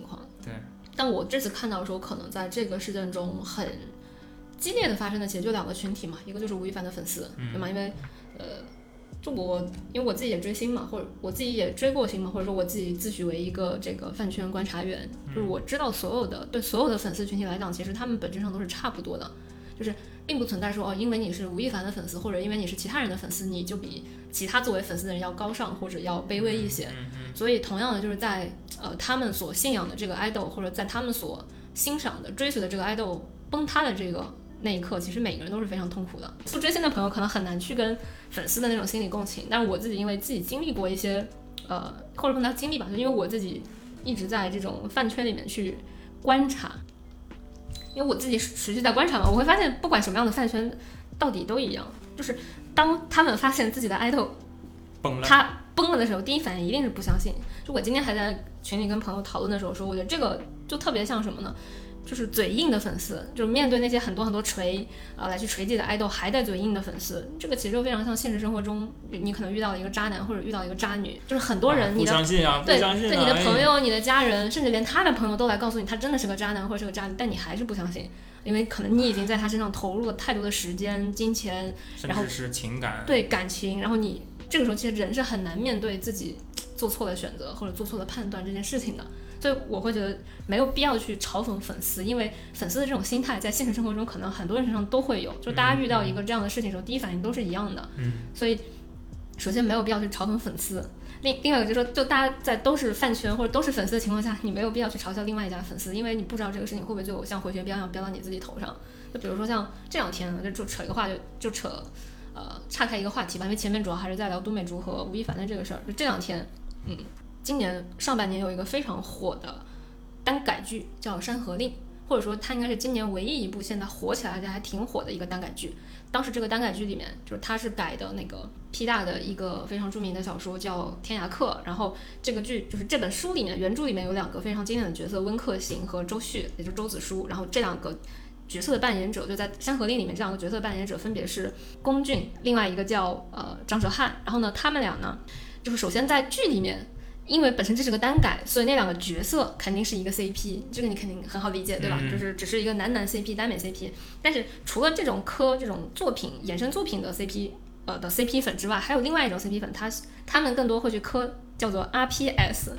对。 但我这次看到的时候，可能在这个事件中很激烈的发生的其实就两个群体嘛，一个就是吴亦凡的粉丝， 嗯、 对吗？因为呃，就我因为我自己也追星嘛，或者我自己也追过星嘛，或者说我自己自诩为一个这个饭圈观察员，就是我知道所有的对所有的粉丝群体来讲，其实他们本质上都是差不多的，就是并不存在说哦，因为你是吴亦凡的粉丝，或者因为你是其他人的粉丝，你就比其他作为粉丝的人要高尚或者要卑微一些。 嗯嗯、 所以同样的，就是在呃他们所信仰的这个 idol， 或者在他们所欣赏的追随的这个 idol 崩塌的这个那一刻，其实每个人都是非常痛苦的。不追星的朋友可能很难去跟粉丝的那种心理共情，但是我自己因为自己经历过一些呃或者说他经历吧，就因为我自己一直在这种饭圈里面去观察，因为我自己持续在观察嘛，我会发现不管什么样的饭圈到底都一样，就是当他们发现自己的 idol 崩了， 他崩了的时候，第一反应一定是不相信。就我今天还在群里跟朋友讨论的时候说，我觉得这个就特别像什么呢？就是嘴硬的粉丝，就是面对那些很多很多锤呃来去锤自己的 idol 还带嘴硬的粉丝，这个其实就非常像现实生活中你可能遇到了一个渣男或者遇到一个渣女，就是很多人、啊、你的不相信啊， 对不相信啊， 对你的朋友、哎、你的家人，甚至连他的朋友都来告诉你他真的是个渣男或者是个渣女，但你还是不相信，因为可能你已经在他身上投入了太多的时间、金钱， 甚至是情感， 对感情，然后你这个时候其实人是很难面对自己做错了选择或者做错了判断这件事情的。所以我会觉得没有必要去嘲讽粉丝，因为粉丝的这种心态在现实生活中可能很多人身上都会有，就大家遇到一个这样的事情的时候、嗯、第一反应都是一样的。 嗯， 所以首先没有必要去嘲讽粉丝，另另外一个就是说，就大家在都是饭圈或者都是粉丝的情况下，你没有必要去嘲笑另外一家粉丝，因为你不知道这个事情会不会就像回旋镖一样飙到你自己头上。就比如说像这两天就就扯一个话就就扯呃岔开一个话题吧，因为前面主要还是在聊都美竹和吴亦凡的这个事儿。就这两天，嗯。今年上半年有一个非常火的单改剧叫《山河令》，或者说它应该是今年唯一一部现在火起来而且还挺火的一个单改剧。当时这个单改剧里面，就是它是改的那个 P 大的一个非常著名的小说叫《天涯客》，然后这个剧就是这本书里面原著里面有两个非常经典的角色，温客行和周旭，也就是周子舒，然后这两个角色的扮演者就在《山河令》里面，这两个角色扮演者分别是龚俊，另外一个叫呃张哲瀚。然后呢，他们俩呢，就是首先在剧里面。因为本身这是个单改，所以那两个角色肯定是一个 C P， 这个你肯定很好理解，对吧？嗯、就是只是一个男男 C P、耽美 C P。但是除了这种科这种作品衍生作品的 C P 呃的 C P 粉之外，还有另外一种 C P 粉，他他们更多会去磕叫做 R P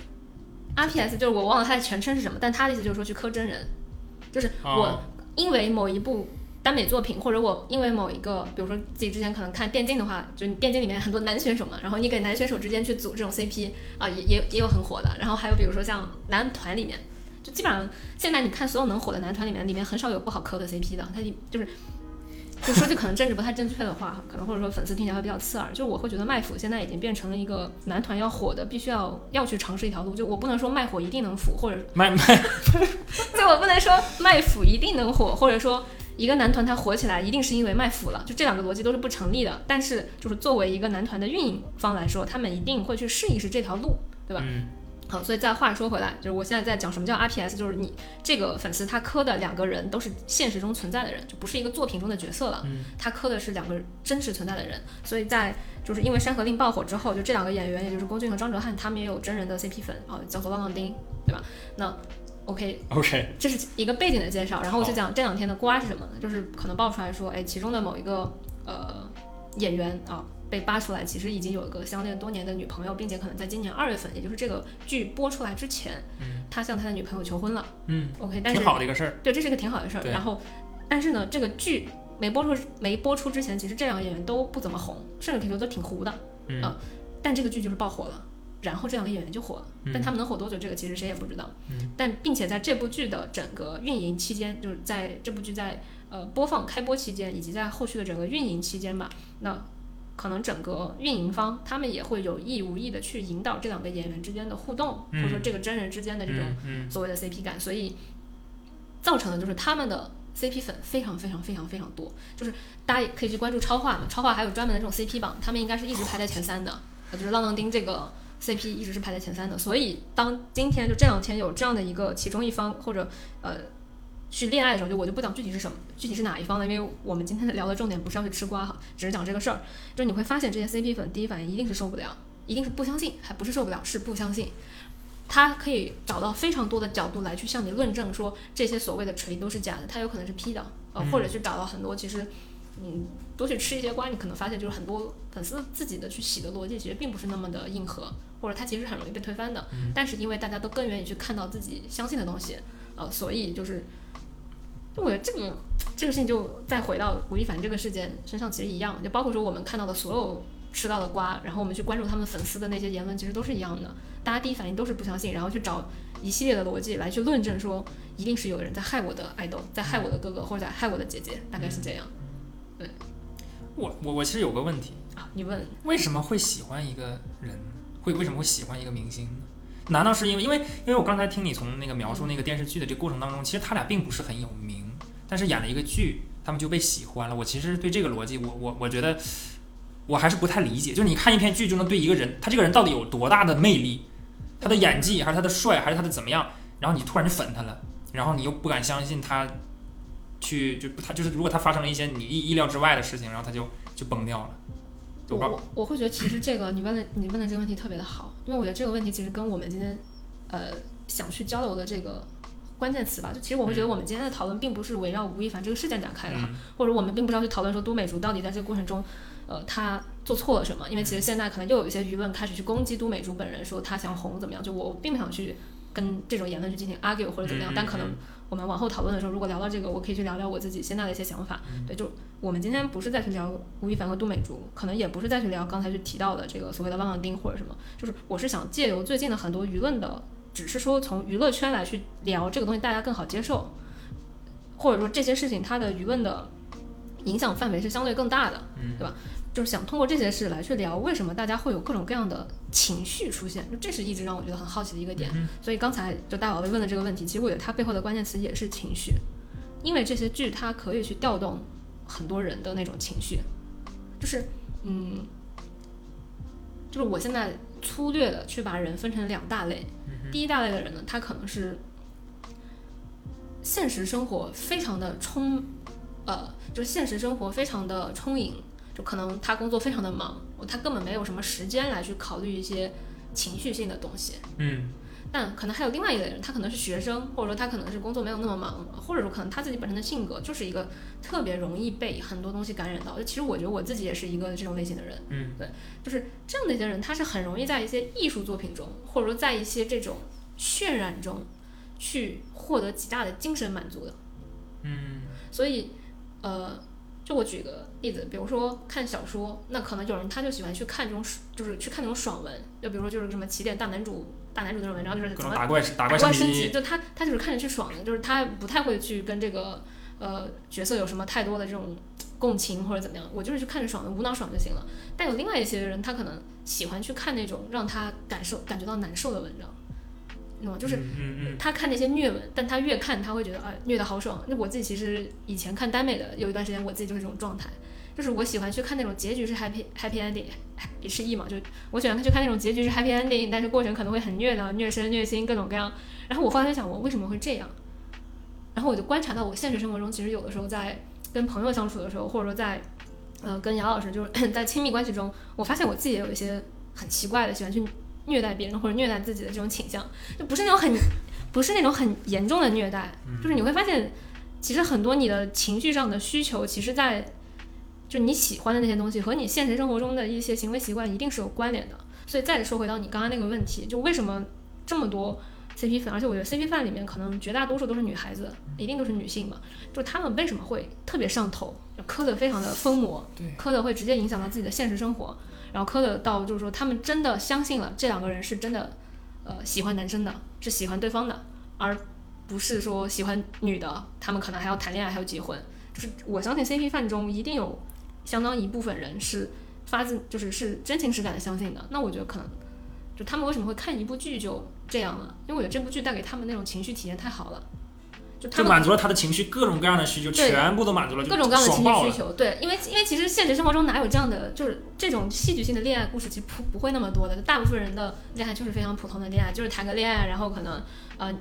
S。R P S 就是我忘了它的全称是什么，但他的意思就是说去磕真人，就是我因为某一部。耽美作品，或者我因为某一个，比如说自己之前可能看电竞的话，就电竞里面很多男选手嘛，然后你给男选手之间去组这种 C P 啊、呃，也也也有很火的。然后还有比如说像男团里面，就基本上现在你看所有能火的男团里面，里面很少有不好磕的 C P 的。他就是就说句可能政治不太正确的话，可能或者说粉丝听起来会比较刺耳，就我会觉得卖腐现在已经变成了一个男团要火的必须要要去尝试一条路，就我不能说卖火一定能腐，或者卖卖， 就我不能说卖腐一定能火，或者说。一个男团它火起来一定是因为卖腐了，就这两个逻辑都是不成立的。但是就是作为一个男团的运营方来说，他们一定会去试一试这条路，对吧？ 嗯。 好，所以再话说回来，就是我现在在讲什么叫 R P S， 就是你这个粉丝他磕的两个人都是现实中存在的人，就不是一个作品中的角色了。 嗯。 他磕的是两个真实存在的人，所以在就是因为《山河令》爆火之后，就这两个演员，也就是龚俊和张哲瀚，他们也有真人的 C P 粉啊，叫做浪浪丁，对吧？那。OK OK， 这是一个背景的介绍，然后我就讲这两天的瓜是什么呢？就是可能爆出来说，哎，其中的某一个呃演员啊被扒出来，其实已经有一个相恋多年的女朋友，并且可能在今年二月份，也就是这个剧播出来之前， 嗯， 他向他的女朋友求婚了。 嗯 ，OK， 但是挺好的一个事儿。 对，这是一个挺好的事儿。然后，但是呢，这个剧没播出没播出之前，其实这两个演员都不怎么红，甚至可以说都挺糊的。 嗯、 呃，但这个剧就是爆火了。然后这两个演员就火了， 嗯、 但他们能火多久，这个其实谁也不知道。 嗯、 但并且在这部剧的整个运营期间，就是在这部剧在呃播放开播期间，以及在后续的整个运营期间吧，那可能整个运营方他们也会有意无意的去引导这两个演员之间的互动， 嗯、 或者说这个真人之间的这种所谓的 C P 感，所以造成的就是他们的 C P 粉非常非常非常非常多。就是大家也可以去关注超话嘛，超话还有专门的这种 C P 榜，他们应该是一直排在前三的，就是浪浪丁这个。C P 一直是排在前三的，所以当今天就这两天有这样的一个其中一方或者呃去恋爱的时候，就我就不讲具体是什么，具体是哪一方的，因为我们今天聊的重点不是要去吃瓜哈，只是讲这个事儿。就你会发现这些 C P 粉第一反应一定是受不了，一定是不相信，还不是受不了，是不相信。 他可以找到非常多的角度来去向你论证说这些所谓的锤都是假的，他有可能是 P 的，呃，或者去找到很多其实，嗯，多去吃一些瓜，你可能发现就是很多粉丝自己的去洗的逻辑其实并不是那么的硬核，或者他其实很容易被推翻的， 嗯、 但是因为大家都更愿意去看到自己相信的东西，呃，所以就是，就我觉得这个这个事情就再回到吴亦凡这个事件身上其实一样，就包括说我们看到的所有吃到的瓜，然后我们去关注他们粉丝的那些言论，其实都是一样的。大家第一反应都是不相信，然后去找一系列的逻辑来去论证说，一定是有人在害我的爱豆，在害我的哥哥，或者在害我的姐姐，大概是这样。对， 我我我其实有个问题啊，你问为什么会喜欢一个人，会为什么会喜欢一个明星呢？难道是因为因为因为我刚才听你从那个描述那个电视剧的这个过程当中，其实他俩并不是很有名，但是演了一个剧，他们就被喜欢了。我其实对这个逻辑，我我我觉得我还是不太理解。就是你看一篇剧就能对一个人，他这个人到底有多大的魅力？他的演技还是他的帅还是他的怎么样，然后你突然就粉他了，然后你又不敢相信他去就他就是如果他发生了一些你意意料之外的事情，然后他就就崩掉了。 我我我会觉得其实这个你问的你问的这个问题特别的好，因为我觉得这个问题其实跟我们今天呃想去交流的这个关键词吧，就其实我会觉得我们今天的讨论并不是围绕吴亦凡这个事件展开的，嗯、或者我们并不是要去讨论说都美竹到底在这个过程中呃他做错了什么，因为其实现在可能又有一些舆论开始去攻击都美竹本人，说他想红怎么样，就我并不想去跟这种言论去进行 argue 或者怎么样，但可能我们往后讨论的时候，如果聊到这个，我可以去聊聊我自己现在的一些想法。对，就我们今天不是再去聊吴亦凡和都美竹，可能也不是再去聊刚才去提到的这个所谓的浪浪丁或者什么，就是我是想借由最近的很多舆论的，只是说从娱乐圈来去聊这个东西，大家更好接受，或者说这些事情它的舆论的影响范围是相对更大的，对吧？就是想通过这些事来去聊为什么大家会有各种各样的情绪出现，就这是一直让我觉得很好奇的一个点。嗯、所以刚才就大宝贝问的这个问题，其实我觉得它背后的关键词也是情绪，因为这些剧它可以去调动很多人的那种情绪，就是嗯，就是我现在粗略的去把人分成两大类，嗯、第一大类的人呢，他可能是现实生活非常的充，呃，就是现实生活非常的充盈。就可能他工作非常的忙，他根本没有什么时间来去考虑一些情绪性的东西。嗯，但可能还有另外一类人，他可能是学生，或者说他可能是工作没有那么忙，或者说可能他自己本身的性格就是一个特别容易被很多东西感染到。其实我觉得我自己也是一个这种类型的人。嗯，对，就是这样的一些人，他是很容易在一些艺术作品中，或者说在一些这种渲染中，去获得极大的精神满足的。嗯，所以，呃。就我举个例子，比如说看小说，那可能有人他就喜欢去看这种，就是去看那种爽文，就比如说就是什么起点大男主大男主那种文章，就是怎么打怪打怪升级，就他他就是看着去爽的，就是他不太会去跟这个呃角色有什么太多的这种共情或者怎么样，我就是去看着爽的无脑爽就行了。但有另外一些人，他可能喜欢去看那种让他感受感觉到难受的文章。嗯，就是他看那些虐文，但他越看他会觉得啊虐得好爽。那我自己其实以前看耽美的有一段时间，我自己就是这种状态，就是我喜欢去看那种结局是 happy happy ending， 也是 E 嘛，就我喜欢去看那种结局是 happy ending， 但是过程可能会很虐的，虐身虐心各种各样。然后我后来在想，我为什么会这样？然后我就观察到我现实生活中，其实有的时候在跟朋友相处的时候，或者说在呃跟杨老师就是在亲密关系中，我发现我自己也有一些很奇怪的喜欢去虐待别人或者虐待自己的这种倾向，就不是那种很不是那种很严重的虐待，就是你会发现其实很多你的情绪上的需求，其实在就你喜欢的那些东西和你现实生活中的一些行为习惯一定是有关联的。所以再说回到你刚刚那个问题，就为什么这么多 C P 粉，而且我觉得 C P 粉里面可能绝大多数都是女孩子，一定都是女性嘛，就她们为什么会特别上头，磕得非常的疯魔，磕得会直接影响到自己的现实生活，然后磕得到就是说他们真的相信了这两个人是真的呃喜欢男生的，是喜欢对方的，而不是说喜欢女的，他们可能还要谈恋爱还要结婚。就是我相信 C P 饭中一定有相当一部分人是发自就是是真情实感的相信的。那我觉得可能就他们为什么会看一部剧就这样了，因为我觉得这部剧带给他们那种情绪体验太好了，就他就满足了他的情绪各种各样的需求，全部都满足了， 各种各样的情绪需求。对，因为因为其实现实生活中哪有这样的，就是这种戏剧性的恋爱故事，其实不不会那么多的。大部分人的恋爱就是非常普通的恋爱，就是谈个恋爱，然后可能呃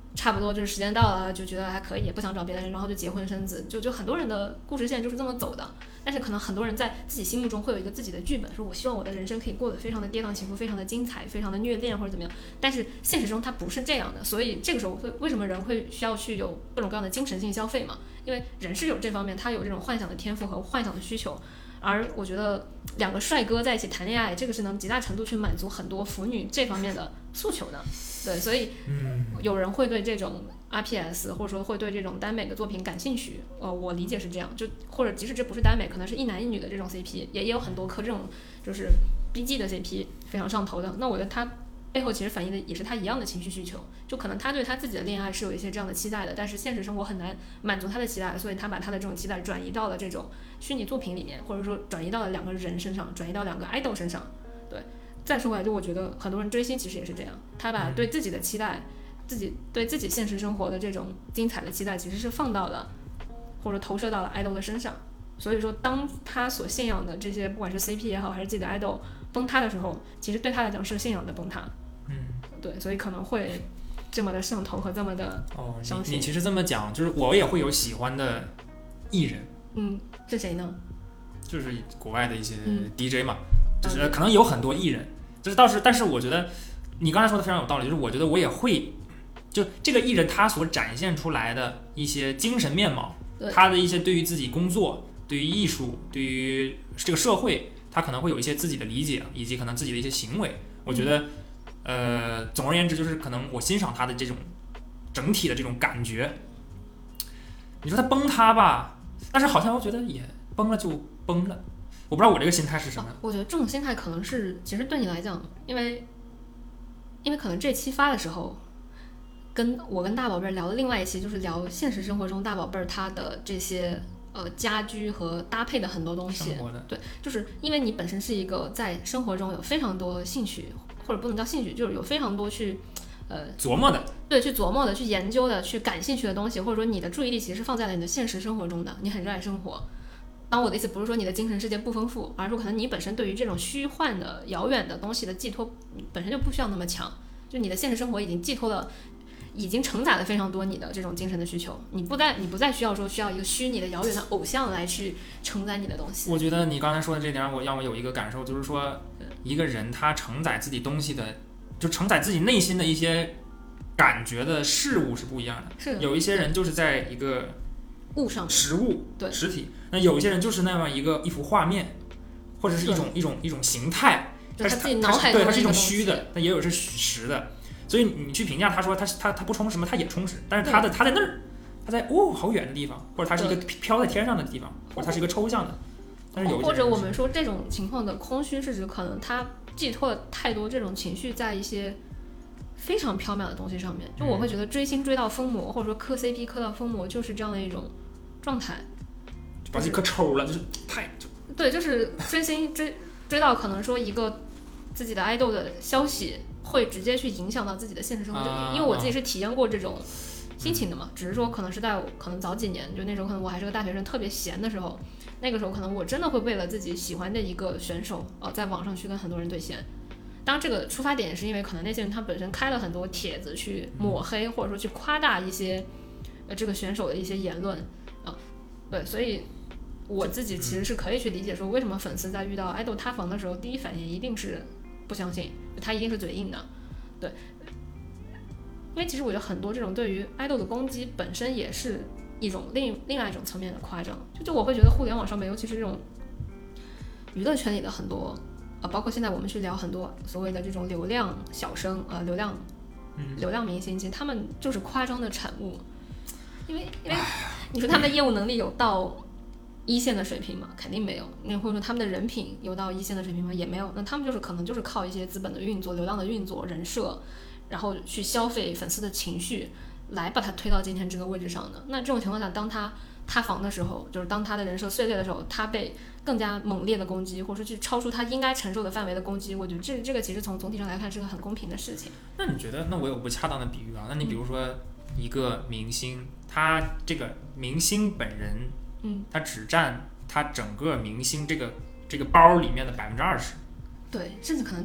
差不多就是时间到了，就觉得还可以，也不想找别的人，然后就结婚生子，就就很多人的故事线就是这么走的。但是可能很多人在自己心目中会有一个自己的剧本，说我希望我的人生可以过得非常的跌宕起伏，非常的精彩，非常的虐恋或者怎么样。但是现实中它不是这样的，所以这个时候会为什么人会需要去有各种各样的精神性消费嘛？因为人是有这方面，他有这种幻想的天赋和幻想的需求。而我觉得两个帅哥在一起谈恋爱，这个是能极大程度去满足很多腐女这方面的诉求的。对，所以有人会对这种 R P S 或者说会对这种耽美的作品感兴趣，呃，我理解是这样，就或者即使这不是耽美，可能是一男一女的这种 C P， 也也有很多磕这种就是 B G 的 C P 非常上头的。那我觉得他背后其实反映的也是他一样的情绪需求，就可能他对他自己的恋爱是有一些这样的期待的，但是现实生活很难满足他的期待，所以他把他的这种期待转移到了这种虚拟作品里面，或者说转移到了两个人身上，转移到两个 idol 身上。对，再说回来，就我觉得很多人追星其实也是这样，他把对自己的期待，自己对自己现实生活的这种精彩的期待，其实是放到了或者投射到了 idol 的身上。所以说，当他所信仰的这些，不管是 C P 也好，还是自己的 idol 崩塌的时候，其实对他来讲是信仰的崩塌。 嗯， 对，所以可能会这么的上头和这么的伤心。 哦，你你其实这么讲，就是我也会有喜欢的艺人。 嗯，是谁呢？ 就是国外的一些 D J 嘛， 嗯、 就是可能有很多艺人，就是倒是，但是我觉得你刚才说的非常有道理，就是我觉得我也会，就这个艺人他所展现出来的一些精神面貌，他的一些对于自己工作、对于艺术、对于这个社会，他可能会有一些自己的理解，以及可能自己的一些行为。我觉得，呃，总而言之，就是可能我欣赏他的这种整体的这种感觉。你说他崩塌吧，但是好像我觉得也崩了就崩了，我不知道我这个心态是什么。 哦、我觉得这种心态可能是，其实对你来讲，因为因为可能这期发的时候，跟我跟大宝贝儿聊的另外一期就是聊现实生活中大宝贝儿他的这些呃家居和搭配的很多东西。对，就是因为你本身是一个在生活中有非常多兴趣，或者不能叫兴趣，就是有非常多去呃琢磨的， 对，去琢磨的，去研究的，去感兴趣的东西，或者说你的注意力其实是放在了你的现实生活中的，你很热爱生活。当我的意思不是说你的精神世界不丰富，而是说可能你本身对于这种虚幻的遥远的东西的寄托本身就不需要那么强，就你的现实生活已经寄托了，已经承载了非常多你的这种精神的需求，你不再你不再需要说需要一个虚拟的遥远的偶像来去承载你的东西。 我觉得你刚才说的这点，我让我有一个感受，就是说一个人他承载自己东西的，就承载自己内心的一些感觉的事物是不一样的。 是的， 有一些人就是在一个物上实物对实体，那有一些人就是那么一个一幅画面，或者是一种一种一种形态，它是他自己脑海中对，它是一种虚的，但也有是实的。所以你去评价他说他他他不充实吗？他也充实，但是他的他在那儿，他在哦好远的地方，或者他是一个飘在天上的地方，或者他是一个抽象的。但是有或者我们说这种情况的空虚是指可能他寄托了太多这种情绪在一些非常缥缈的东西上面。就我会觉得追星追到疯魔，或者说磕 C P 磕到疯魔，就是这样的一种状态， 就把自己磕抽了，就是太就对，就是追星追追到可能说一个自己的爱豆的消息会直接去影响到自己的现实生活， 啊、 因为我自己是体验过这种心情的嘛，只是说可能是在可能早几年，就那时候可能我还是个大学生，特别闲的时候，那个时候可能我真的会为了自己喜欢的一个选手，呃，在网上去跟很多人对线。当然这个出发点是因为可能那些人他本身开了很多帖子去抹黑，或者说去夸大一些呃这个选手的一些言论啊、呃，对，所以我自己其实是可以去理解说为什么粉丝在遇到爱豆塌房的时候，第一反应一定是不相信，他一定是嘴硬的，对。因为其实我觉得很多这种对于爱豆的攻击本身也是一种另另外一种层面的夸张，就就我会觉得互联网上面，尤其是这种娱乐圈里的很多呃，包括现在我们去聊很多所谓的这种流量小生呃流量流量明星，其实他们就是夸张的产物。因为因为你说他们的业务能力有到一线的水平吗？肯定没有。那或者说他们的人品有到一线的水平吗？也没有。那他们就是可能就是靠一些资本的运作、流量的运作、人设，然后去消费粉丝的情绪，来把他推到今天这个位置上的。那这种情况下，当他塌房的时候，就是当他的人设碎裂的时候，他被更加猛烈的攻击，或者说去超出他应该承受的范围的攻击，我觉得这这个其实从总体上来看是个很公平的事情。 那你觉得？那我有不恰当的比喻啊？那你比如说一个明星，他这个明星本人， 嗯， 他只占他整个明星这个这个包里面的百分之二十， 对，甚至可能都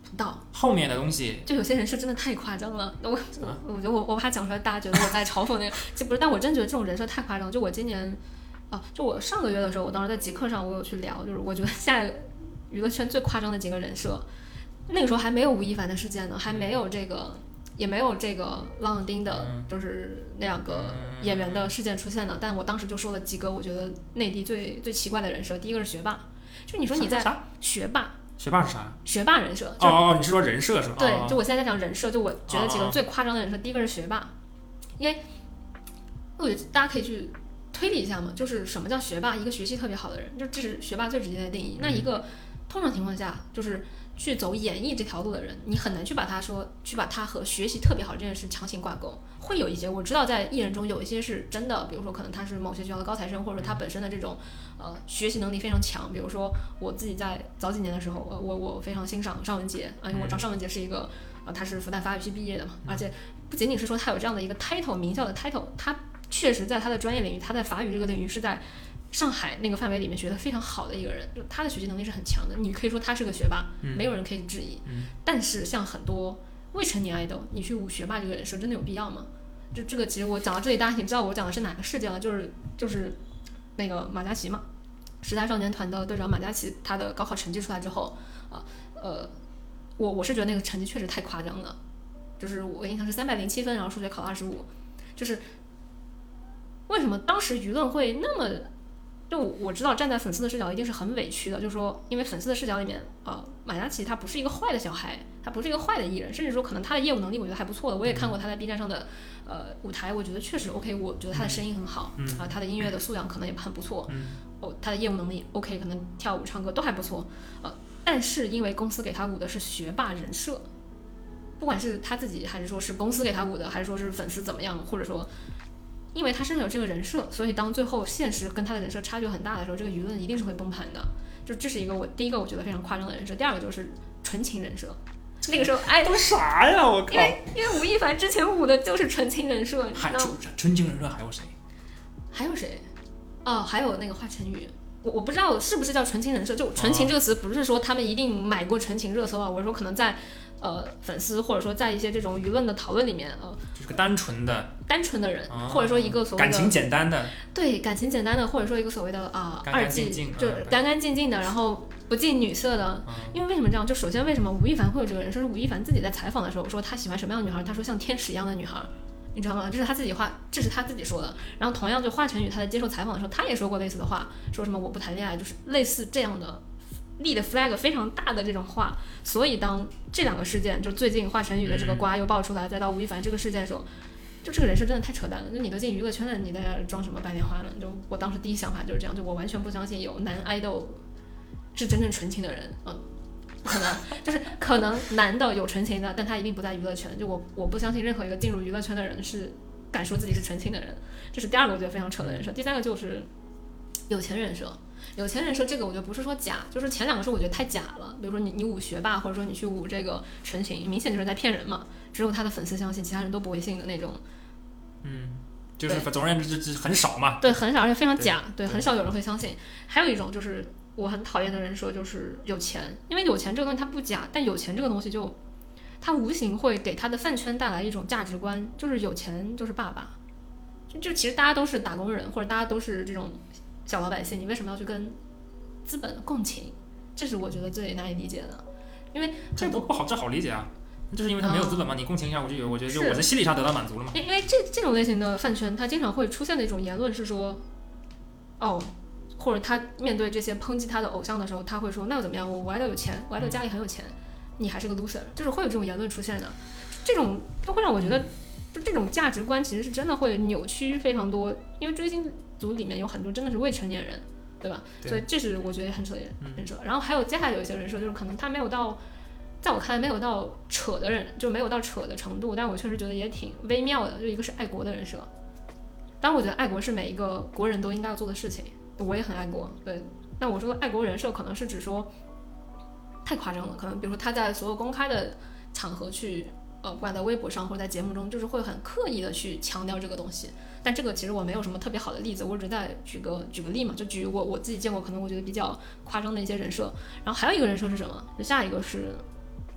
不到。 后面的东西就有些人设真的太夸张了，我、啊、我觉得我我怕讲出来大家觉得我在嘲讽那个，就不是，但我真觉得这种人设太夸张。就我今年啊，就我上个月的时候，我当时在极客上我有去聊，就是我觉得现在娱乐圈最夸张的几个人设，那个时候还没有吴亦凡的事件呢，还没有这个。也没有这个郎永丁的，就是那两个演员的事件出现了，但我当时就说了几个我觉得内地最最奇怪的人设。第一个是学霸，就你说你在学霸， 学霸是啥？ 学霸人设。 哦哦，你是说人设是吧？ 对， 哦、 就我现在在讲人设，就我觉得几个最夸张的人设，哦、第一个是学霸，因为我觉得大家可以去推理一下嘛，就是什么叫学霸？一个学习特别好的人，就这是学霸最直接的定义。那一个通常情况下就是去走演艺这条路的人，你很难去把他说去把他和学习特别好这件事强行挂钩。会有一些我知道在艺人中有一些是真的，比如说可能他是某些学校的高材生，或者说他本身的这种呃学习能力非常强。比如说我自己在早几年的时候，呃、我我非常欣赏尚雯婕啊，因为我知道尚雯婕是一个呃他是复旦法语系毕业的嘛，而且不仅仅是说他有这样的一个 title 名校的 title， 他确实在他的专业领域，他在法语这个领域是在上海那个范围里面学得非常好的一个人，就他的学习能力是很强的，你可以说他是个学霸， 嗯、 没有人可以质疑、 嗯。 但是像很多未成年爱豆，你去捂学霸这个人设，真的有必要吗？就这个，其实我讲到这里，大家已经知道我讲的是哪个事件了，就是就是那个马嘉祺嘛，时代少年团的队长马嘉祺，他的高考成绩出来之后，啊呃，我我是觉得那个成绩确实太夸张了，就是我印象是三百零七分，然后数学考了二十五，就是为什么当时舆论会那么？就我知道站在粉丝的视角一定是很委屈的，就是说因为粉丝的视角里面，呃，马嘉祺他不是一个坏的小孩，他不是一个坏的艺人，甚至说可能他的业务能力我觉得还不错的，我也看过他在 B 站上的呃舞台，我觉得确实 OK， 我觉得他的声音很好， 嗯啊、呃，他的音乐的素养可能也很不错， 嗯， 哦，他的业务能力 OK， 可能跳舞唱歌都还不错，呃，但是因为公司给他舞的是学霸人设，不管是他自己还是说是公司给他舞的，还是说是粉丝怎么样，或者说。因为他身上有这个人设，所以当最后现实跟他的人设差距很大的时候，这个舆论一定是会崩盘的。就这是一个我第一个我觉得非常夸张的人设，第二个就是纯情人设。那个时候哎， 都啥呀？我靠！ 因为因为吴亦凡之前舞的就是纯情人设， 还纯情人设还有谁？ 还有谁？哦，还有那个华晨宇。我我不知道是不是叫纯情人设，就纯情这个词不是说他们一定买过纯情热搜啊，我是说可能在。呃，粉丝或者说在一些这种舆论的讨论里面，呃， 就是个单纯的、 单纯的人， 哦、 或者说一个所谓的感情简单的， 对感情简单的，或者说一个所谓的啊、呃、二季，就嗯、 干干净净的，然后不近女色的、 嗯。 因为为什么这样？就首先为什么吴亦凡会有这个人设？是吴亦凡自己在采访的时候说他喜欢什么样的女孩，他说像天使一样的女孩，你知道吗？这是他自己话，这是他自己说的。然后同样就华晨宇他在接受采访的时候，他也说过类似的话，说什么我不谈恋爱，就是类似这样的。立的 flag 非常大的这种话，所以当这两个事件，就最近华晨宇的这个瓜又爆出来，再到吴亦凡这个事件的时候，就这个人设真的太扯淡了。就你都进娱乐圈了，你在这装什么白莲花呢？就我当时第一想法就是这样，就我完全不相信有男爱豆是真正纯情的人，嗯，不可能，就是可能男的有纯情的，但他一定不在娱乐圈。就我我不相信任何一个进入娱乐圈的人是敢说自己是纯情的人，这是第二个我觉得非常扯的人设。第三个就是有钱人设。有钱人设这个我觉得不是说假，就是前两个是我觉得太假了。比如说你你捂学霸，或者说你去捂这个纯情，明显就是在骗人嘛。只有他的粉丝相信，其他人都不会信的那种。 嗯，就是总而言之就很少嘛。 对，很少，而且非常假。对，对很少有人会相信。还有一种就是我很讨厌的人设，就是有钱，因为有钱这个东西它不假，但有钱这个东西就它无形会给他的饭圈带来一种价值观，就是有钱就是爸爸。就就其实大家都是打工人，或者大家都是这种。小老百姓，你为什么要去跟资本共情？这是我觉得最难以理解的，因为这不不好，这好理解啊，就是因为他没有资本嘛，嗯、你共情一下，我就有，我觉得就我在心理上得到满足了嘛。 因为这这种类型的饭圈，它经常会出现的一种言论是说，哦，或者他面对这些抨击他的偶像的时候，他会说，那又怎么样？我我爱豆有钱，我爱豆家里很有钱，你还是个 loser， 就是会有这种言论出现的，这种都会让我觉得，就这种价值观其实是真的会扭曲非常多，因为追星。组里面有很多真的是未成年人，对吧？ 对， 所以这是我觉得很扯的人设。然后还有接下来有一些人设，就是可能他没有到，在我看来没有到扯的人，就没有到扯的程度，但我确实觉得也挺微妙的。就一个是爱国的人设，当然我觉得爱国是每一个国人都应该要做的事情，我也很爱国。对，但我说的爱国人设可能是指说太夸张了，可能比如说他在所有公开的场合去。呃，不管在微博上或者在节目中，就是会很刻意的去强调这个东西。但这个其实我没有什么特别好的例子，我只是在举个举个例嘛，就举我我自己见过可能我觉得比较夸张的一些人设。然后还有一个人设是什么？下一个是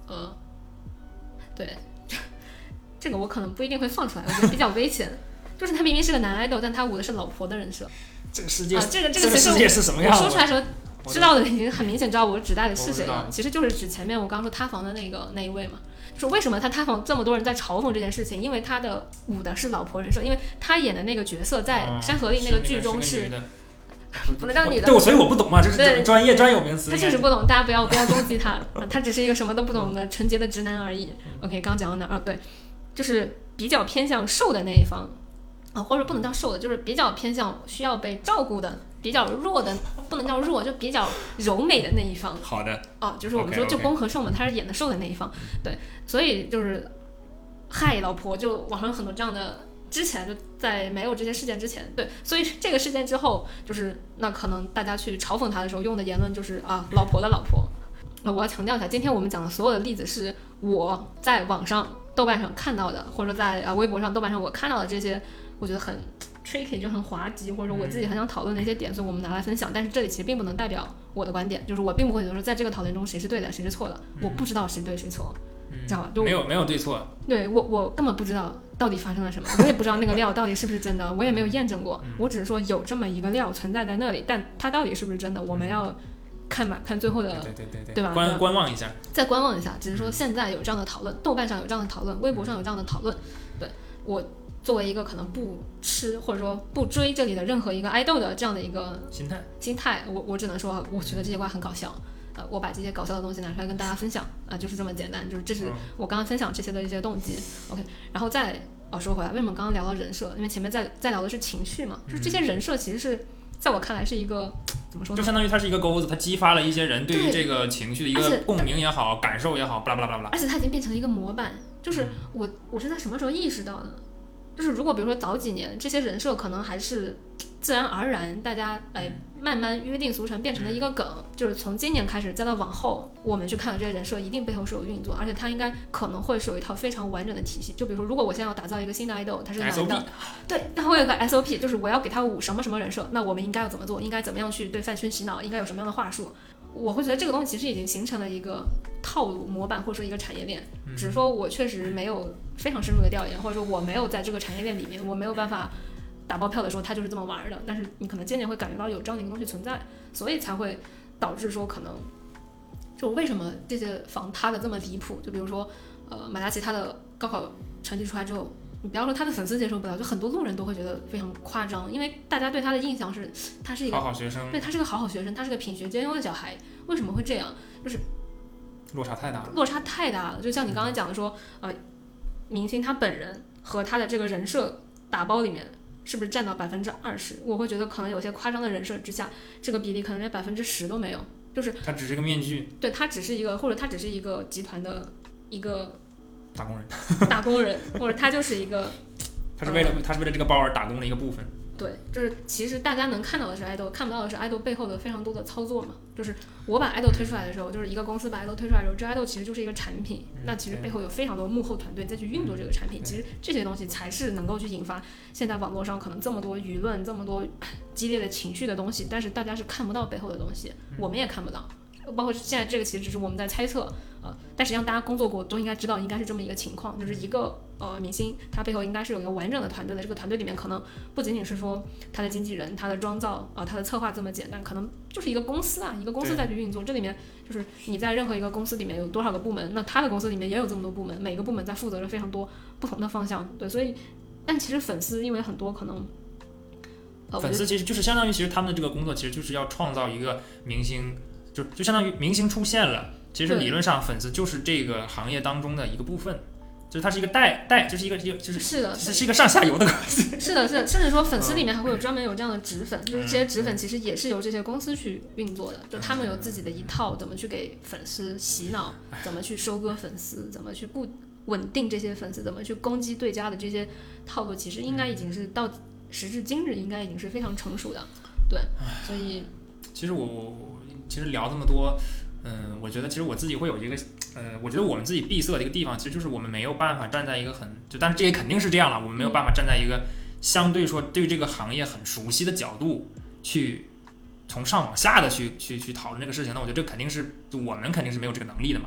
呃，对，这个我可能不一定会放出来，我觉得比较危险。就是他明明是个男爱豆，但他舞的是老婆的人设。 这个世界， 啊，这个这个世界是什么样？ 我说出来的时候，知道的人已经很明显知道我指代的是谁了。其实就是指前面我刚说塌房的那个那一位嘛。说为什么他塌房这么多人在嘲讽这件事情？因为他的舞的是老婆人设，因为他演的那个角色在《山河令》那个剧中是。不能让女的， 对，所以我不懂嘛，这是专业专有名词。 他确实不懂，大家不要不要攻击他，他只是一个什么都不懂的纯洁的直男而已。OK， 刚讲到哪儿？啊，对，就是比较偏向受的那一方啊，或者不能叫受的，就是比较偏向需要被照顾的，比较弱的，不能叫弱，就比较柔美的那一方。 好的。 哦，就是我们说就攻和受嘛， okay, okay. 他是演的受的那一方，对，所以就是害老婆，就网上很多这样的。之前就在没有这些事件之前，对，所以这个事件之后，就是那可能大家去嘲讽他的时候用的言论就是啊，老婆的老婆。那我要强调一下，今天我们讲的所有的例子是我在网上豆瓣上看到的，或者在啊微博上豆瓣上我看到的这些，我觉得很 tricky 就很滑稽，或者说我自己很想讨论的一些点，所以我们拿来分享。但是这里其实并不能代表我的观点，就是我并不会觉得说在这个讨论中谁是对的谁是错的，我不知道谁对谁错。知道吧？就没有没有对错， 对我我根本不知道到底发生了什么，我也不知道那个料到底是不是真的，我也没有验证过，我只是说有这么一个料存在在那里，但它到底是不是真的，我们要看吧，看最后的， 对对对对， 对吧？ 观观望一下， 再观望一下，只是说现在有这样的讨论，豆瓣上有这样的讨论，微博上有这样的讨论，对我作为一个可能不吃或者说不追这里的任何一个爱豆的这样的一个心态心态，我我只能说，我觉得这些瓜很搞笑。呃，我把这些搞笑的东西拿出来跟大家分享啊、呃，就是这么简单，就是这是我刚刚分享这些的一些动机。OK， 然后再哦说回来，为什么刚刚聊到人设？因为前面在在聊的是情绪嘛，就是这些人设其实是在我看来是一个怎么说呢？ 就相当于它是一个钩子，它激发了一些人对于这个情绪的一个共鸣也好，感受也好，巴拉巴拉巴拉巴拉。 而且它已经变成了一个模板，就是我我是在什么时候意识到的？就是如果比如说早几年这些人设可能还是自然而然大家哎慢慢约定俗成变成了一个梗，就是从今年开始再到往后我们去看这些人设一定背后是有运作，而且它应该可能会是有一套非常完整的体系。就比如说如果我现在要打造一个新的 idol， 他是男的，对，那会有个 S O P， 就是我要给他舞什么什么人设，那我们应该要怎么做，应该怎么样去对饭圈洗脑，应该有什么样的话术。我会觉得这个东西其实已经形成了一个套路模板，或者说一个产业链，只是说我确实没有非常深入的调研，或者说我没有在这个产业链里面，我没有办法打包票的说它就是这么玩的，但是你可能渐渐会感觉到有这样的一个东西存在，所以才会导致说可能就为什么这些房塌的这么离谱。就比如说呃马达奇他的高考成绩出来之后，你不要说他的粉丝接受不了，就很多路人都会觉得非常夸张，因为大家对他的印象是他是一个好好学生， 对，他是个好好学生，他是个品学兼优的小孩。为什么会这样？就是落差太大了， 落差太大了。就像你刚才讲的说，呃，明星他本人和他的这个人设打包里面是不是占到百分之二十？我会觉得可能有些夸张的人设之下，这个比例可能连百分之十都没有。就是他只是个面具， 对，他只是一个，或者他只是一个集团的一个打工人， 打工人，或者他就是一个， 他是为了、呃、他是为了这个包而打工的一个部分。 对，就是其实大家能看到的是爱豆，看不到的是爱豆背后的非常多的操作嘛。就是我把爱豆推出来的时候，就是一个公司把爱豆推出来的时候，这爱豆其实就是一个产品，那其实背后有非常多幕后团队再去运作这个产品。其实这些东西才是能够去引发现在网络上可能这么多舆论、这么多激烈的情绪的东西，但是大家是看不到背后的东西，我们也看不到。包括现在这个其实只是我们在猜测，呃，但实际上大家工作过都应该知道，应该是这么一个情况，就是一个呃明星，他背后应该是有一个完整的团队的，这个团队里面可能不仅仅是说他的经纪人、他的妆造啊、呃、他的策划这么简单，可能就是一个公司啊，一个公司在去运作。这里面就是你在任何一个公司里面有多少个部门，那他的公司里面也有这么多部门，每个部门在负责着非常多不同的方向。对，所以但其实粉丝因为很多可能。呃、 粉丝其实就是相当于，其实他们的这个工作其实就是要创造一个明星。就就相当于明星出现了，其实理论上粉丝就是这个行业当中的一个部分，就是它是一个带带，就是一个就是是的， 是是一个上下游的关系。 是的，是的，甚至说粉丝里面还会有专门有这样的脂粉，就是这些脂粉其实也是由这些公司去运作的，就他们有自己的一套怎么去给粉丝洗脑，怎么去收割粉丝，怎么去不稳定这些粉丝，怎么去攻击对家的这些套路，其实应该已经是到时至今日应该已经是非常成熟的。对，所以其实我我。其实聊这么多，嗯，我觉得其实我自己会有一个，呃，我觉得我们自己闭塞的一个地方，其实就是我们没有办法站在一个很，就但是这也肯定是这样了，我们没有办法站在一个相对说对这个行业很熟悉的角度去从上往下的去去去讨论这个事情，那我觉得这肯定是我们肯定是没有这个能力的嘛。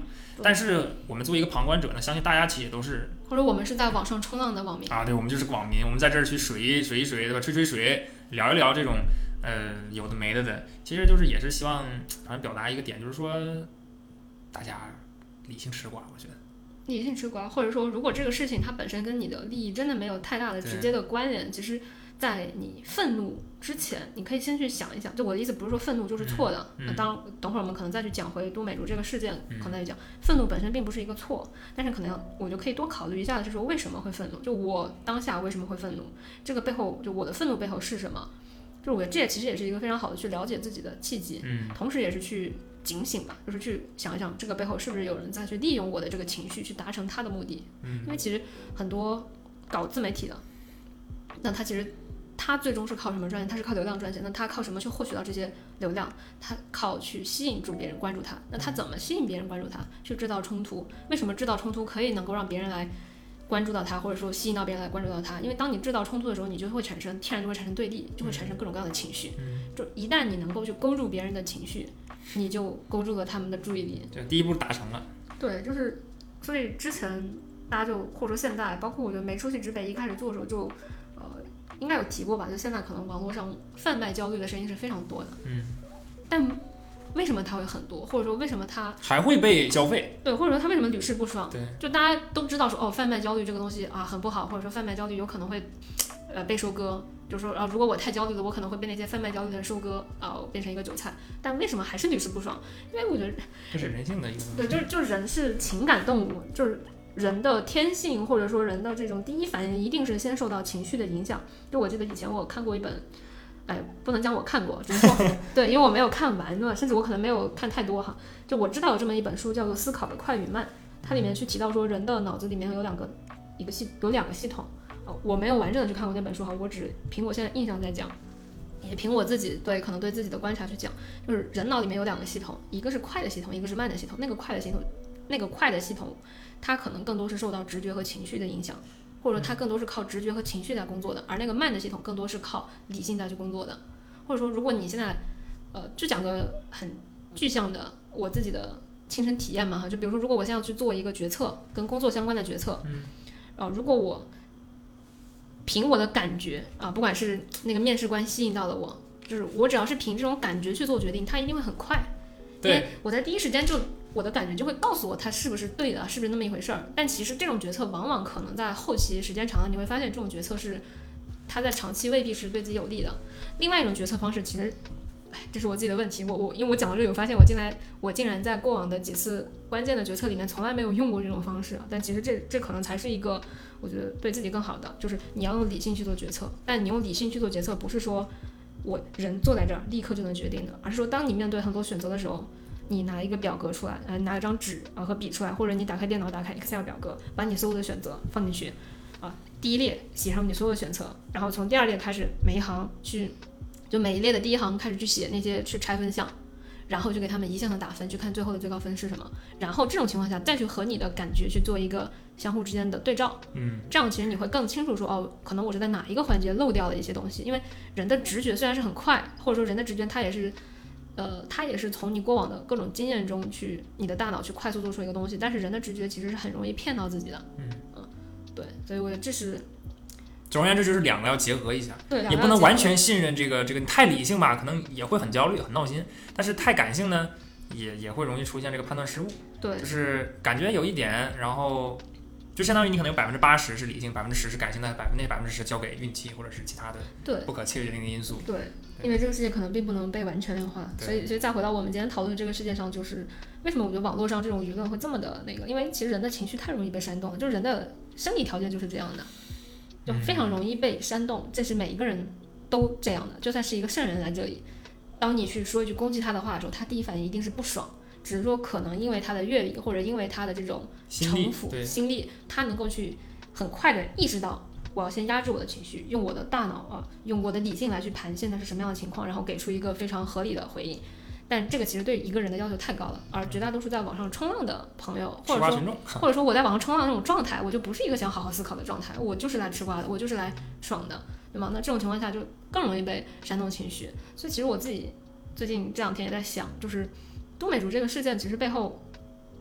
但是我们作为一个旁观者呢，相信大家其实也都是， 或者我们是在网上冲浪的网民啊，对，我们就是个网民，我们在这儿去水一水一水，对吧？吹吹水，聊一聊这种呃有的没的的，其实就是也是希望反正表达一个点，就是说大家理性吃瓜，我觉得。 理性吃瓜，或者说如果这个事情它本身跟你的利益真的没有太大的直接的关联，其实在你愤怒之前，你可以先去想一想。就我的意思不是说愤怒就是错的， 嗯嗯、 那当等会儿我们可能再去讲回都美竹这个事件， 嗯、 可能再讲愤怒本身并不是一个错，但是可能我就可以多考虑一下，就是为什么会愤怒，就我当下为什么会愤怒，这个背后就我的愤怒背后是什么，就我觉得这也其实也是一个非常好的去了解自己的契机， 嗯， 同时也是去警醒吧，就是去想一想这个背后是不是有人在去利用我的这个情绪去达成他的目的。 嗯， 因为其实很多搞自媒体的，那他其实他最终是靠什么赚钱？他是靠流量赚钱。那他靠什么去获取到这些流量？他靠去吸引住别人关注他。那他怎么吸引别人关注他？去制造冲突。为什么制造冲突可以能够让别人来关注到他，或者说吸引到别人来关注到他？因为当你制造冲突的时候，你就会产生天然就会产生对立，就会产生各种各样的情绪。就一旦你能够去勾住别人的情绪，你就勾住了他们的注意力。 就第一步达成了。 对，就是所以之前大家就或者说现在，包括我觉得没出息指北一开始做的时候就呃应该有提过吧，就现在可能网络上贩卖焦虑的声音是非常多的。 嗯。 但为什么它会很多，或者说为什么它还会被消费？ 对，或者说它为什么屡试不爽？ 对， 就大家都知道说哦，贩卖焦虑这个东西啊很不好，或者说贩卖焦虑有可能会呃被收割。就是说啊，如果我太焦虑了，我可能会被那些贩卖焦虑的人收割啊，变成一个韭菜。但为什么还是屡试不爽？因为我觉得这是人性的一个。 对，就是就是人是情感动物，就是人的天性或者说人的这种第一反应一定是先受到情绪的影响。就我记得以前我看过一本，哎，不能讲我看过，只是说对，因为我没有看完嘛，甚至我可能没有看太多哈。就我知道有这么一本书叫做《思考的快与慢》，它里面去提到说人的脑子里面有两个一个系有两个系统。我没有完整的去看过那本书哈，我只凭我现在印象在讲，也凭我自己对可能对自己的观察去讲，就是人脑里面有两个系统，一个是快的系统，一个是慢的系统。那个快的系统，那个快的系统，它可能更多是受到直觉和情绪的影响，或者说它更多是靠直觉和情绪在工作的，而那个慢的系统更多是靠理性在去工作的。或者说，如果你现在，呃，就讲个很具象的我自己的亲身体验嘛哈，就比如说，如果我现在要去做一个决策，跟工作相关的决策， 嗯， 啊、呃，如果我凭我的感觉啊，不管是那个面试官吸引到了我，就是我只要是凭这种感觉去做决定，它一定会很快。 对， 因为我在第一时间就我的感觉就会告诉我它是不是对的，是不是那么一回事儿。但其实这种决策往往可能在后期时间长了，你会发现这种决策是它在长期未必是对自己有利的。另外一种决策方式，其实，哎，这是我自己的问题。我我因为我讲到这里，我发现我竟然我竟然在过往的几次关键的决策里面从来没有用过这种方式。但其实这这可能才是一个。我觉得对自己更好的就是你要用理性去做决策，但你用理性去做决策不是说我人坐在这儿立刻就能决定的，而是说当你面对很多选择的时候，你拿一个表格出来，呃，拿一张纸啊和笔出来，或者你打开电脑打开 Excel 表格，把你所有的选择放进去啊，第一列写上你所有的选择，然后从第二列开始每一行去就每一列的第一行开始去写那些去拆分项，然后就给他们一项的打分，去看最后的最高分是什么，然后这种情况下再去和你的感觉去做一个相互之间的对照， 嗯， 这样其实你会更清楚说哦，可能我是在哪一个环节漏掉了一些东西，因为人的直觉虽然是很快，或者说人的直觉它也是，呃，它也是从你过往的各种经验中去你的大脑去快速做出一个东西，但是人的直觉其实是很容易骗到自己的， 嗯嗯，对，所以我觉得这是。 总而言之，就是两个要结合一下， 对， 也不能完全信任这个这个太理性吧，可能也会很焦虑、很闹心；但是太感性呢，也也会容易出现这个判断失误。 对， 就是感觉有一点，然后就相当于你可能有百分之八十是理性，百分之十是感性，但百分那百分之十交给运气或者是其他的对不可确定的因素。 对，因为这个世界可能并不能被完全量化，所以所以再回到我们今天讨论这个世界上，就是为什么我觉得网络上这种舆论会这么的那个？因为其实人的情绪太容易被煽动了，就是人的生理条件就是这样的。就非常容易被煽动，这是每一个人都这样的。就算是一个圣人来这里，当你去说一句攻击他的话的时候，他第一反应一定是不爽，只是说可能因为他的阅历或者因为他的这种城府心力，他能够去很快的意识到我要先压制我的情绪，用我的大脑啊，用我的理性来去盘现在是什么样的情况，然后给出一个非常合理的回应。但这个其实对一个人的要求太高了，而绝大多数在网上冲浪的朋友，或者说或者说我在网上冲浪那种状态，我就不是一个想好好思考的状态，我就是来吃瓜的，我就是来爽的，对吗？那这种情况下就更容易被煽动情绪。所以其实我自己最近这两天也在想，就是都美竹这个事件其实背后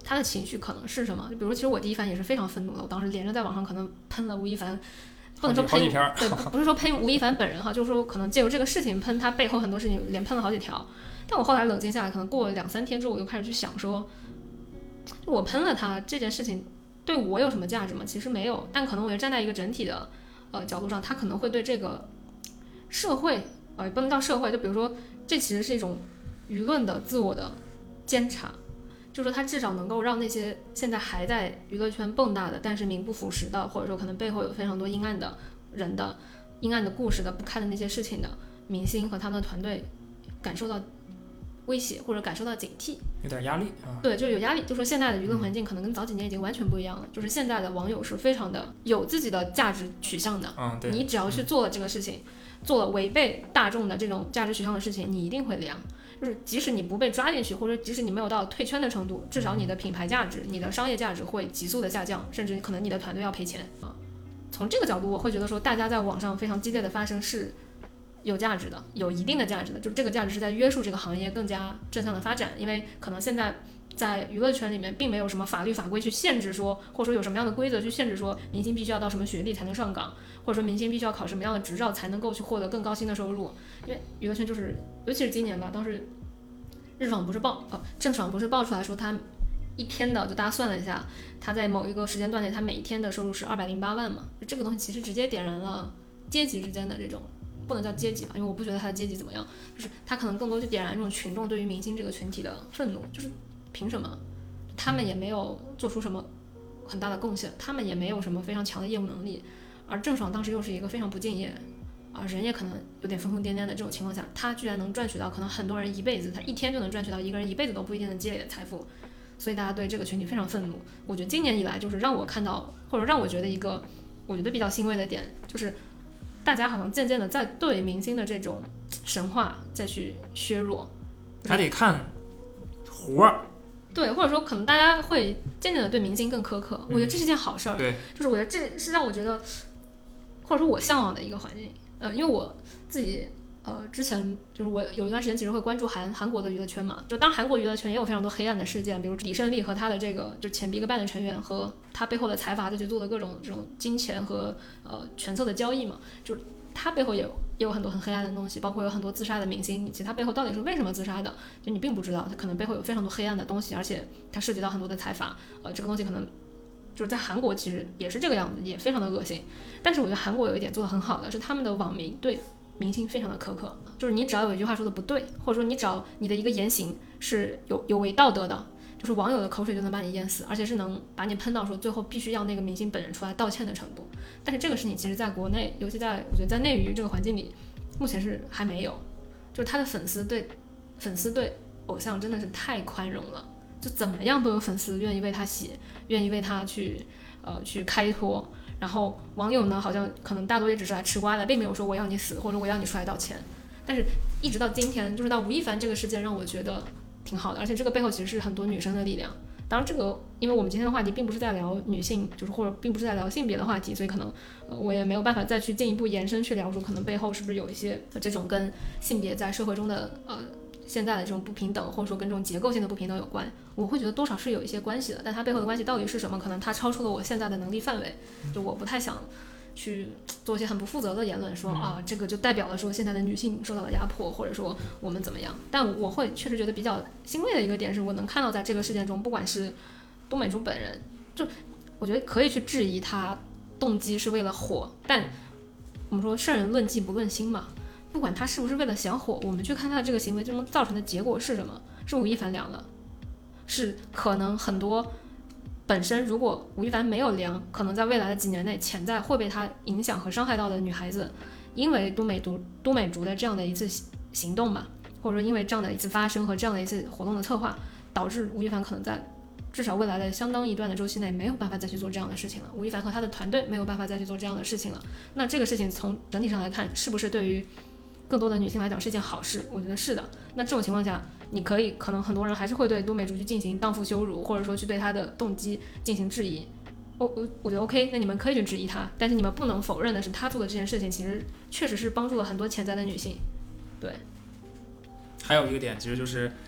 他的情绪可能是什么。就比如其实我第一番也是非常愤怒的，我当时连着在网上可能喷了吴亦凡，不能说喷，对，不是说喷吴亦凡本人哈，就是说可能借由这个事情喷他背后很多事情，连喷了好几条。但我后来冷静下来，可能过了两三天之后，我就开始去想说，我喷了他这件事情对我有什么价值吗？其实没有，但可能我觉得站在一个整体的呃角度上，他可能会对这个社会呃也不能叫社会，就比如说这其实是一种舆论的自我的监察，就是说他至少能够让那些现在还在娱乐圈蹦跶的，但是名不副实的，或者说可能背后有非常多阴暗的人的阴暗的故事的不堪的那些事情的明星和他们的团队感受到威胁或者感受到警惕， 有点压力啊。 对，就有压力。就说现在的舆论环境可能跟早几年已经完全不一样了，就是现在的网友是非常的有自己的价值取向的。 嗯，对。 你只要去做了这个事情，嗯、做了违背大众的这种价值取向的事情，你一定会凉。就是即使你不被抓进去，或者即使你没有到退圈的程度，至少你的品牌价值、你的商业价值会急速的下降，甚至可能你的团队要赔钱啊。从这个角度，我会觉得说，大家在网上非常激烈的发声是有价值的，有一定的价值的，就这个价值是在约束这个行业更加正向的发展。因为可能现在在娱乐圈里面并没有什么法律法规去限制说，或者说有什么样的规则去限制说明星必须要到什么学历才能上岗，或者说明星必须要考什么样的执照才能够去获得更高薪的收入。因为娱乐圈就是尤其是今年吧，当时日爽不是爆哦，郑爽不是爆出来说他一天的，就大家算了一下，他在某一个时间段内他每一天的收入是二百零八万嘛，这个东西其实直接点燃了阶级之间的这种，不能叫阶级吧，因为我不觉得他的阶级怎么样，就是他可能更多就点燃这种群众对于明星这个群体的愤怒，就是凭什么他们也没有做出什么很大的贡献，他们也没有什么非常强的业务能力，而郑爽当时又是一个非常不敬业啊，人也可能有点疯疯癫癫的这种情况下，他居然能赚取到可能很多人一辈子，他一天就能赚取到一个人一辈子都不一定能积累的财富，所以大家对这个群体非常愤怒。我觉得今年以来就是让我看到，或者让我觉得一个我觉得比较欣慰的点，就是大家好像渐渐的在对明星的这种神话再去削弱， 还得看活儿。 对，或者说可能大家会渐渐的对明星更苛刻，我觉得这是件好事儿、嗯。 对， 就是我觉得这是让我觉得，或者说我向往的一个环境。呃，因为我自己呃之前就是我有一段时间其实会关注韩韩国的娱乐圈嘛，就当韩国娱乐圈也有非常多黑暗的事件，比如李胜利和他的这个就前 BigBang 的成员和他背后的财阀在去做的各种这种金钱和呃权色的交易嘛，就是他背后也有也有很多很黑暗的东西，包括有很多自杀的明星，其实他背后到底是为什么自杀的，就你并不知道，他可能背后有非常多黑暗的东西，而且他涉及到很多的财阀，呃，这个东西可能就是在韩国其实也是这个样子，也非常的恶心。但是我觉得韩国有一点做得很好的是他们的网民对明星非常的苛刻，就是你只要有一句话说的不对，或者说你只要你的一个言行是有有违道德的，就是网友的口水就能把你淹死，而且是能把你喷到说最后必须要那个明星本人出来道歉的程度。但是这个事情其实在国内，尤其在我觉得在内娱这个环境里，目前是还没有，就是他的粉丝对粉丝对偶像真的是太宽容了，就怎么样都有粉丝愿意为他写，愿意为他去呃去开脱。然后网友呢，好像可能大多也只是来吃瓜的，并没有说我要你死，或者我要你出来道歉。但是一直到今天，就是到吴亦凡这个事件，让我觉得挺好的，而且这个背后其实是很多女生的力量。当然，这个因为我们今天的话题并不是在聊女性，就是或者并不是在聊性别的话题，所以可能、呃、我也没有办法再去进一步延伸去聊说，可能背后是不是有一些这种跟性别在社会中的呃。现在的这种不平等，或者说跟这种结构性的不平等有关，我会觉得多少是有一些关系的，但它背后的关系到底是什么，可能它超出了我现在的能力范围，就我不太想去做一些很不负责的言论，说啊这个就代表了说现在的女性受到了压迫，或者说我们怎么样。但我会确实觉得比较欣慰的一个点是，我能看到在这个事件中，不管是都美竹本人，就我觉得可以去质疑他动机是为了火，但我们说圣人论迹不论心嘛，不管他是不是为了想火，我们去看他的这个行为最终造成的结果是什么，是吴亦凡凉了，是可能很多本身如果吴亦凡没有凉，可能在未来的几年内潜在会被他影响和伤害到的女孩子，因为都美竹都美竹的这样的一次行动吧，或者说因为这样的一次发生和这样的一次活动的策划，导致吴亦凡可能在至少未来的相当一段的周期内没有办法再去做这样的事情了，吴亦凡和他的团队没有办法再去做这样的事情了。那这个事情从整体上来看，是不是对于更多的女性来讲是一件好事？我觉得是的。那这种情况下，你可以可能很多人还是会对都美竹去进行荡妇羞辱，或者说去对她的动机进行质疑。我我我觉得 OK， 那你们可以去质疑她，但是你们不能否认的是，她做的这件事情其实确实是帮助了很多潜在的女性。对。 还有一个点其实就是，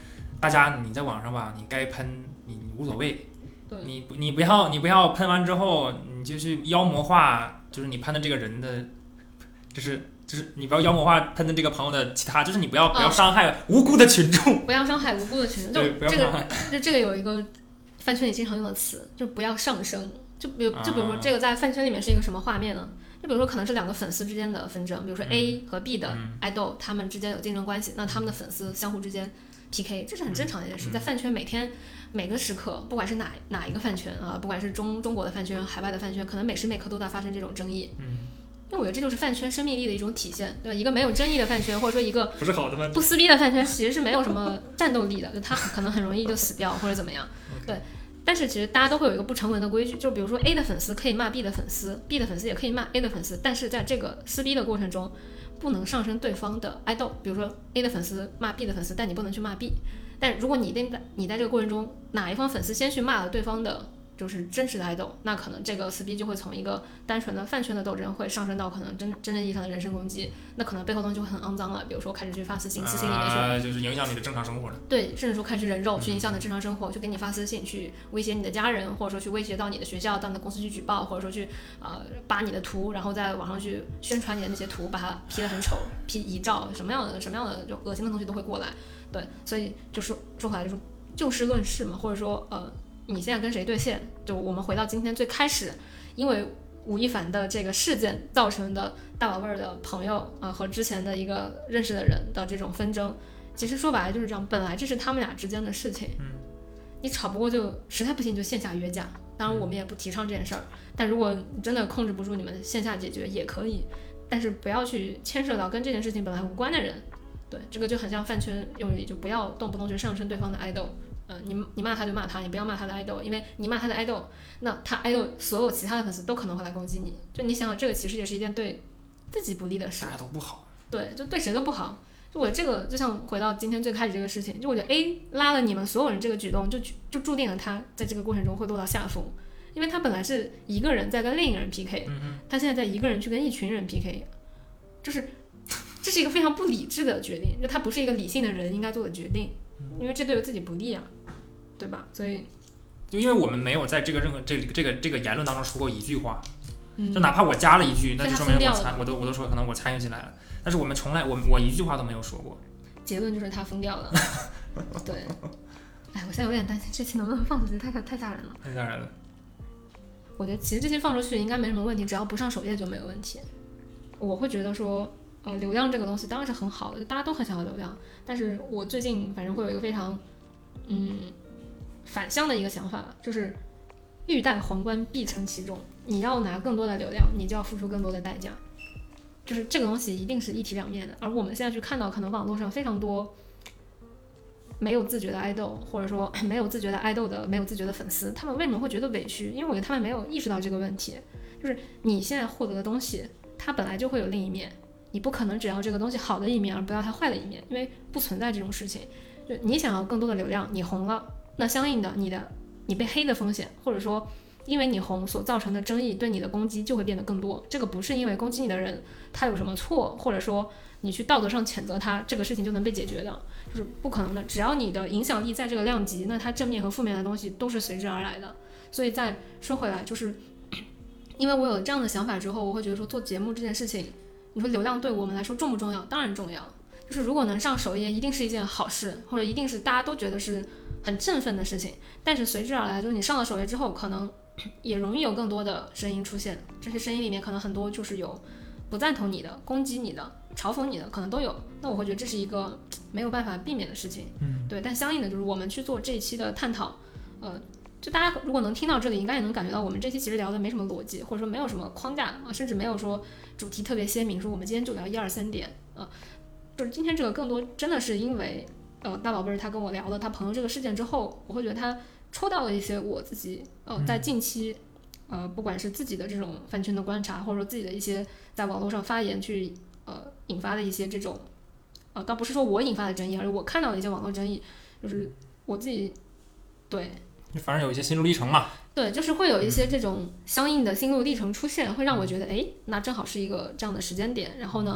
大家你在网上吧，你该喷你你无所谓， 对， 你你不要你不要喷完之后你就去妖魔化，就是你喷的这个人的，就是就是你不要妖魔化喷的这个朋友的其他，就是你不要不要伤害无辜的群众， 不要伤害无辜的群众。 对， 就不要伤害。 这个这个有一个饭圈里经常用的词，就不要上升。就比如就比如说这个在饭圈里面是一个什么画面呢？就比如说可能是两个粉丝之间的纷争，比如说 A 和 B 的爱豆，他们之间有竞争关系，那他们的粉丝相互之间 P K， 这是很正常的一件事。在饭圈每天每个时刻，不管是哪哪一个饭圈啊，不管是中中国的饭圈、海外的饭圈，可能每时每刻都在发生这种争议。 嗯， 因为我觉得这就是饭圈生命力的一种体现，对吧？一个没有争议的饭圈，或者说一个不是好的饭圈， 不撕逼的饭圈，其实是没有什么战斗力的，就他可能很容易就死掉或者怎么样。对。但是其实大家都会有一个不成文的规矩，就比如说 A 的粉丝可以骂 B 的粉丝 ，B 的粉丝也可以骂 A 的粉丝，但是在这个撕逼的过程中，不能上升对方的爱豆。比如说 A 的粉丝骂 B 的粉丝，但你不能去骂 B。但如果你在你在这个过程中，哪一方粉丝先去骂了对方的就是真实的爱豆，那可能这个撕逼就会从一个单纯的饭圈的斗争会上升到可能真真正意义上的人身攻击，那可能背后东西就会很肮脏了，比如说开始去发私信，私信里面去、 呃、就是影响你的正常生活了。 对，甚至说开始人肉去影响你的正常生活，去给你发私信，去威胁你的家人，或者说去威胁到你的学校，到你的公司去举报，或者说去呃扒你的图，然后在网上去宣传你的那些图，把它 P 得很丑 ，P 遗照，什么样的什么样的就恶心的东西都会过来。对，所以就说说回来就是就事论事嘛，或者说呃。你现在跟谁对线？就我们回到今天最开始，因为吴亦凡的这个事件造成的大宝贝儿的朋友啊、呃、和之前的一个认识的人的这种纷争，其实说白了就是这样，本来这是他们俩之间的事情， 嗯， 你吵不过就实在不行就线下约架，当然我们也不提倡这件事儿，但如果你真的控制不住，你们线下解决也可以，但是不要去牵涉到跟这件事情本来无关的人。对，这个就很像饭圈用语，就不要动不动就上升对方的爱豆。呃，你你骂他就骂他，你不要骂他的爱豆，因为你骂他的爱豆，那他爱豆所有其他的粉丝都可能会来攻击你。就你想想，这个其实也是一件对自己不利的事， 大家都不好。 对，就对谁都不好。就我这个，就像回到今天最开始这个事情，就我觉得 A 拉了你们所有人这个举动，就就注定了他在这个过程中会落到下风，因为他本来是一个人在跟另一个人 P K，、嗯、他现在在一个人去跟一群人 P K， 就是这是一个非常不理智的决定，就他不是一个理性的人应该做的决定。因为这对自己不利啊，对吧？所以， 就因为我们没有在这个任何这个这个这个言论当中说过一句话， 嗯、 就哪怕我加了一句，那就说明我参，我都我都说可能我参与进来了，但是我们从来我我一句话都没有说过。 结论就是他疯掉了。对，哎，我现在有点担心这期能不能放出去，太太吓人了， 太吓人了。 我觉得其实这期放出去应该没什么问题，只要不上首页就没有问题。我会觉得说。呃，流量这个东西当然是很好的，大家都很想要流量。但是我最近反正会有一个非常，嗯，反向的一个想法，就是欲戴皇冠必承其重。你要拿更多的流量，你就要付出更多的代价。就是这个东西一定是一体两面的。而我们现在去看到，可能网络上非常多没有自觉的爱豆，或者说没有自觉的爱豆的没有自觉的粉丝，他们为什么会觉得委屈？因为我觉得他们没有意识到这个问题，就是你现在获得的东西，它本来就会有另一面。你不可能只要这个东西好的一面，而不要它坏的一面，因为不存在这种事情。就你想要更多的流量，你红了，那相应的你的你被黑的风险，或者说因为你红所造成的争议，对你的攻击就会变得更多。这个不是因为攻击你的人他有什么错，或者说你去道德上谴责他，这个事情就能被解决的，就是不可能的。只要你的影响力在这个量级，那它正面和负面的东西都是随之而来的。所以再说回来，就是因为我有这样的想法之后，我会觉得说做节目这件事情。你说流量对我们来说重不重要？当然重要。就是如果能上首页，一定是一件好事，或者一定是大家都觉得是很振奋的事情。但是随之而来，就是你上了首页之后，可能也容易有更多的声音出现。这些声音里面可能很多就是有不赞同你的、攻击你的、嘲讽你的，可能都有。那我会觉得这是一个没有办法避免的事情。 嗯， 对。但相应的就是我们去做这一期的探讨，呃。就大家如果能听到这里，应该也能感觉到我们这期其实聊的没什么逻辑，或者说没有什么框架啊，甚至没有说主题特别鲜明，说我们今天就聊一二三点啊。就是今天这个更多真的是因为呃大宝贝儿他跟我聊了他朋友这个事件之后，我会觉得他抽到了一些我自己呃在近期呃不管是自己的这种饭圈的观察，或者说自己的一些在网络上发言去呃引发的一些这种呃倒不是说我引发的争议，而是我看到的一些网络争议，就是我自己对。 反正有一些心路历程嘛， 对，就是会有一些这种相应的心路历程出现，会让我觉得，哎，那正好是一个这样的时间点。然后呢，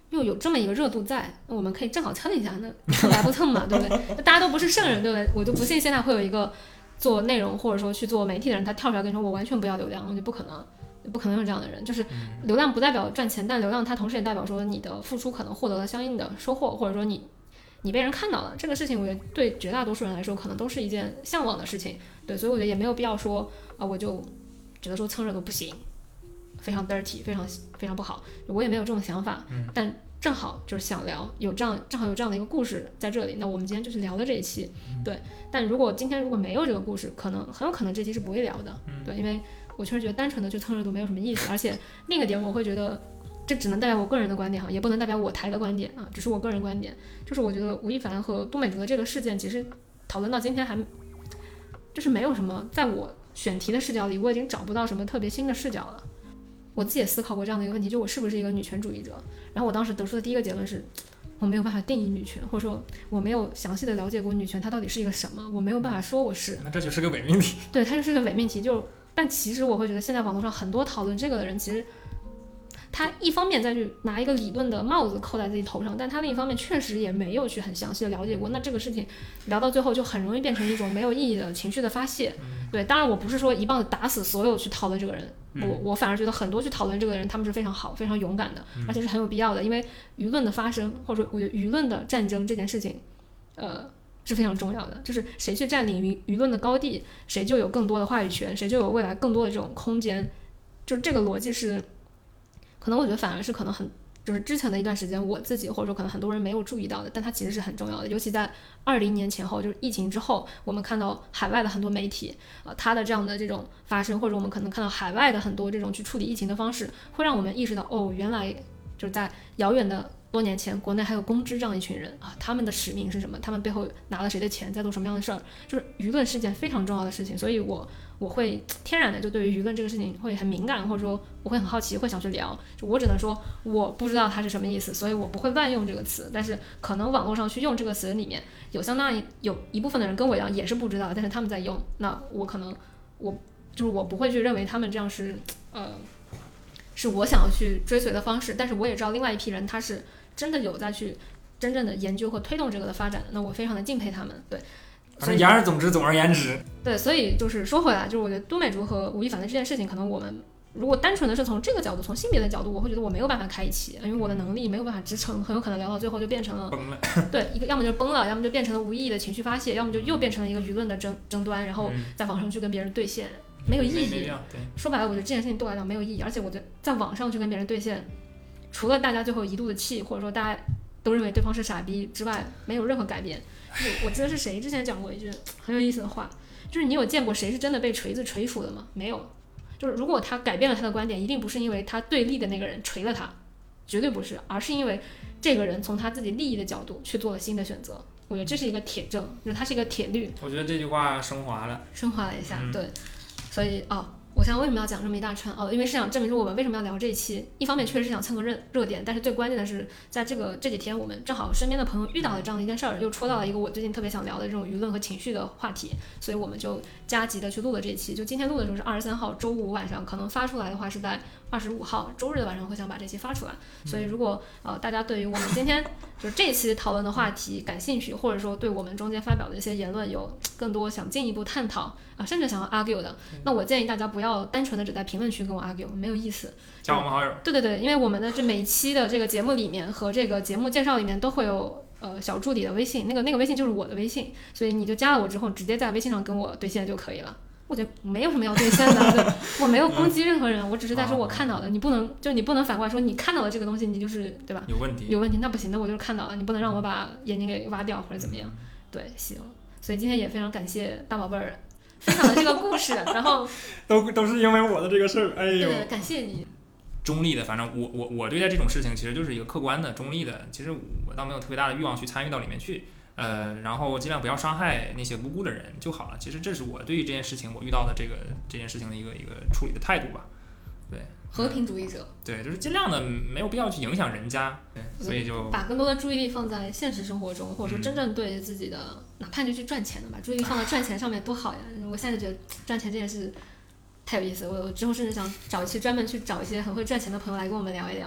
又有这么一个热度在，那我们可以正好蹭一下，那蹭白不蹭嘛，对不对？大家都不是圣人，对不对？我就不信现在会有一个做内容或者说去做媒体的人，他跳出来跟你说我完全不要流量，我觉得不可能。不可能有这样的人，就是流量不代表赚钱，但流量它同时也代表说你的付出可能获得了相应的收获，或者说你你被人看到了，这个事情我觉得对绝大多数人来说可能都是一件向往的事情，对，所以我觉得也没有必要说啊、呃，我就觉得说蹭热度不行，非常 dirty， 非常非常不好，我也没有这种想法，但正好就是想聊，有这样正好有这样的一个故事在这里，那我们今天就是聊的这一期，对，但如果今天如果没有这个故事，可能很有可能这期是不会聊的，对，因为我确实觉得单纯的去蹭热度没有什么意思，而且另一个点我会觉得这只能代表我个人的观点哈，也不能代表我台的观点啊，只是我个人观点，就是我觉得吴亦凡和都美竹的这个事件其实讨论到今天还就是没有什么，在我选题的视角里我已经找不到什么特别新的视角了。我自己也思考过这样的一个问题，就我是不是一个女权主义者，然后我当时得出的第一个结论是我没有办法定义女权，或者说我没有详细的了解过女权它到底是一个什么，我没有办法说我是， 那这就是个伪命题。 对，它就是个伪命题，就但其实我会觉得现在网络上很多讨论这个的人，其实他一方面再去拿一个理论的帽子扣在自己头上，但他另一方面确实也没有去很详细的了解过，那这个事情聊到最后就很容易变成一种没有意义的情绪的发泄。对，当然我不是说一棒子打死所有去讨论这个人，我我反而觉得很多去讨论这个人他们是非常好非常勇敢的，而且是很有必要的，因为舆论的发生或者我觉得舆论的战争这件事情呃是非常重要的，就是谁去占领舆舆论的高地，谁就有更多的话语权，谁就有未来更多的这种空间，就是这个逻辑是可能我觉得反而是可能很就是之前的一段时间我自己或者说可能很多人没有注意到的，但它其实是很重要的，尤其在二零年前后，就是疫情之后，我们看到海外的很多媒体呃，它的这样的这种发生，或者我们可能看到海外的很多这种去处理疫情的方式，会让我们意识到哦，原来就是在遥远的多年前国内还有公知这样一群人啊，他们的使命是什么，他们背后拿了谁的钱，在做什么样的事儿，就是舆论是件非常重要的事情，所以我我会天然的就对于舆论这个事情会很敏感，或者说我会很好奇，会想去聊，就我只能说我不知道它是什么意思，所以我不会乱用这个词，但是可能网络上去用这个词里面有相当有一部分的人跟我一样也是不知道，但是他们在用，那我可能我就是我不会去认为他们这样是呃是我想要去追随的方式，但是我也知道另外一批人他是真的有在去真正的研究和推动这个的发展的，那我非常的敬佩他们。对， 反正言而总之，总而言之， 对，所以就是说回来，就是我觉得都美竹和吴亦凡的这件事情，可能我们如果单纯的是从这个角度，从性别的角度，我会觉得我没有办法开一期，因为我的能力没有办法支撑，很有可能聊到最后就变成了崩了。 对，一个要么就崩了，要么就变成了无意义的情绪发泄，要么就又变成了一个舆论的争争端，然后在网上去跟别人对线，没有意义。说白了，我觉得这件事情对我来讲没有意义，而且我觉得在网上去跟别人对线，除了大家最后一肚子气，或者说大家都认为对方是傻逼之外，没有任何改变。我我记得是谁之前讲过一句很有意思的话，就是你有见过谁是真的被锤子锤服的吗？没有。就是如果他改变了他的观点，一定不是因为他对立的那个人锤了他，绝对不是，而是因为这个人从他自己利益的角度去做了新的选择。我觉得这是一个铁证，就是它是一个铁律。 我觉得这句话升华了， 升华了一下， 嗯、 对。所以哦，我想为什么要讲这么一大串哦？因为是想证明说我们为什么要聊这一期。一方面确实是想蹭个热热点，但是最关键的是，在这个这几天我们正好身边的朋友遇到了这样的一件事儿，又戳到了一个我最近特别想聊的这种舆论和情绪的话题，所以我们就加急的去录了这一期。就今天录的时候是二十三号周五晚上，可能发出来的话是在二十五号周日的晚上会想把这期发出来。所以如果呃大家对于我们今天就是这一期讨论的话题感兴趣，或者说对我们中间发表的一些言论有更多想进一步探讨啊，甚至想要 argue 的，那我建议大家不要单纯的只在评论区跟我 argue， 没有意思。 加我们好友。 对对对，因为我们的这每一期的这个节目里面和这个节目介绍里面都会有呃小助理的微信，那个那个微信就是我的微信，所以你就加了我之后，直接在微信上跟我对线就可以了。我觉得没有什么要对线的，我没有攻击任何人，我只是在说我看到的，你不能就你不能反过来说你看到了这个东西，你就是对吧？ 有问题， 有问题，那不行，那我就是看到了，你不能让我把眼睛给挖掉或者怎么样。对，行，所以今天也非常感谢大宝贝儿分享的这个故事，然后都都是因为我的这个事儿，哎呦， 对，感谢你。 中立的，反正我我我对待这种事情其实就是一个客观的、中立的，其实我倒没有特别大的欲望去参与到里面去。呃，然后尽量不要伤害那些无辜的人就好了。其实这是我对于这件事情我遇到的这个这件事情的一个一个处理的态度吧。对， 和平主义者。 嗯、对，就是尽量的没有必要去影响人家，对，所以就把更多的注意力放在现实生活中，或者说真正对自己的，嗯、哪怕就去赚钱的吧，注意力放在赚钱上面多好呀！我现在觉得赚钱这件事太有意思，我我之后甚至想找一期专门去找一些很会赚钱的朋友来跟我们聊一聊。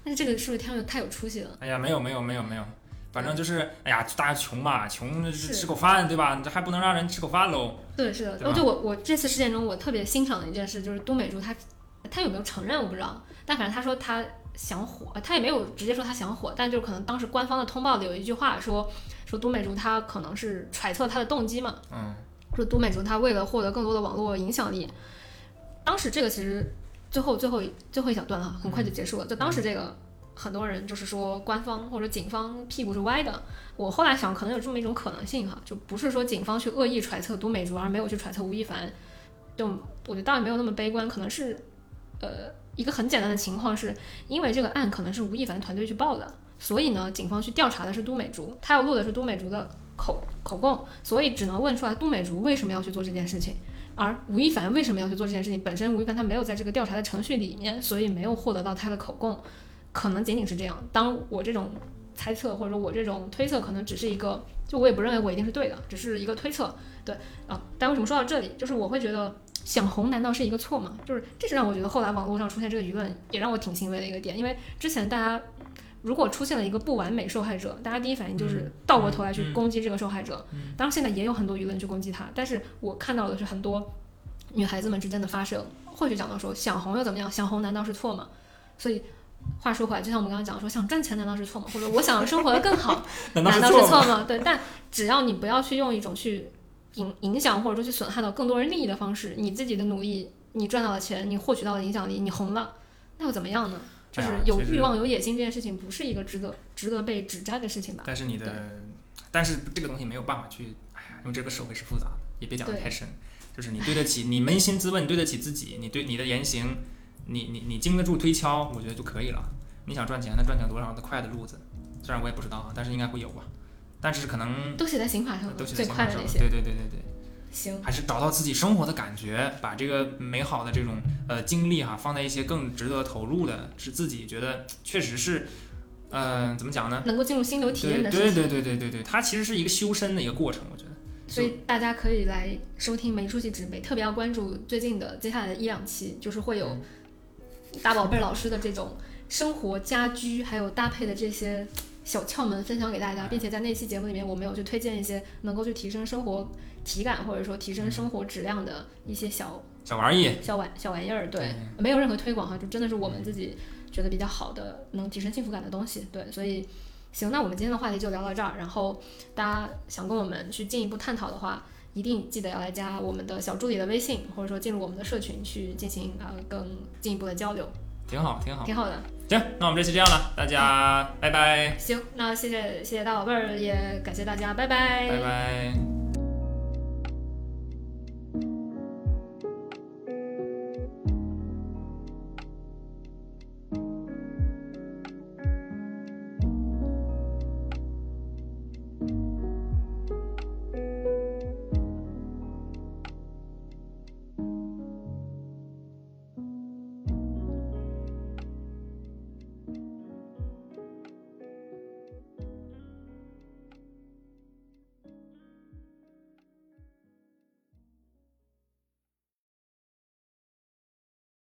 但是这个是不是听上去太有出息了？ 哎呀，没有没有没有没有，反正就是哎呀，大家穷嘛，穷吃口饭对吧？这还不能让人吃口饭喽。 对，是的。哦，就我我这次事件中我特别欣赏的一件事就是都美竹她她有没有承认我不知道，但反正她说她想火，她也没有直接说她想火，但就可能当时官方的通报里有一句话说说都美竹她可能是揣测她的动机嘛， 嗯， 说都美竹她为了获得更多的网络影响力，当时这个其实最后最后最后一小段哈，很快就结束了。就当时这个很多人就是说官方或者警方屁股是歪的。我后来想，可能有这么一种可能性哈，就不是说警方去恶意揣测都美竹，而没有去揣测吴亦凡。就我觉得倒也没有那么悲观，可能是呃一个很简单的情况，是因为这个案可能是吴亦凡团队去报的，所以呢，警方去调查的是都美竹，他要录的是都美竹的口口供，所以只能问出来都美竹为什么要去做这件事情。而吴亦凡为什么要去做这件事情？本身吴亦凡他没有在这个调查的程序里面，所以没有获得到他的口供，可能仅仅是这样。当我这种猜测或者说我这种推测，可能只是一个，就我也不认为我一定是对的，只是一个推测。对啊，但为什么说到这里，就是我会觉得想红难道是一个错吗？就是这是让我觉得后来网络上出现这个舆论，也让我挺欣慰的一个点，因为之前大家如果出现了一个不完美受害者，大家第一反应就是倒过头来去攻击这个受害者。嗯嗯、当然现在也有很多舆论去攻击他，但是我看到的是很多女孩子们之间的发声，或许讲到说想红又怎么样，想红难道是错吗？所以话说回来，就像我们刚刚讲说，想赚钱难道是错吗？或者我想生活得更好难道是错吗？对，但只要你不要去用一种去影影响或者说去损害到更多人利益的方式，你自己的努力，你赚到了钱，你获取到了影响力，你红了，那又怎么样呢？就是有欲望有野心这件事情不是一个值得值得被指摘的事情吧。 但是你的但是这个东西没有办法去，哎呀，因为这个社会是复杂的，也别讲得太深，就是你对得起，你扪心自问，你对得起自己，你对你的言行，你你你经得住推敲，我觉得就可以了。你想赚钱，那赚钱多少的快的路子，虽然我也不知道啊，但是应该会有吧。但是可能都写在刑法上， 都写在刑法上， 对对对对对。 行， 还是找到自己生活的感觉，把这个美好的这种呃经历哈，放在一些更值得投入的，是自己觉得确实是，呃，怎么讲呢？ 能够进入心流体验的事情。 对对对对对对，它其实是一个修身的一个过程，我觉得。 所以大家可以来收听没出息纸媒，特别要关注最近的接下来的一两期，就是会有大宝贝老师的这种生活家居，还有搭配的这些小窍门分享给大家，并且在那期节目里面，我们有去推荐一些能够去提升生活体感或者说提升生活质量的一些小小玩意、 小玩小玩意儿。对，没有任何推广哈，就真的是我们自己觉得比较好的，能提升幸福感的东西。对，所以行，那我们今天的话题就聊到这儿。然后大家想跟我们去进一步探讨的话，一定记得要来加我们的小助理的微信，或者说进入我们的社群去进行呃更进一步的交流。 挺好，挺好， 挺好的。 行，那我们这期这样了，大家拜拜。 行，那谢谢谢谢大宝贝儿，也感谢大家，拜拜， 拜拜。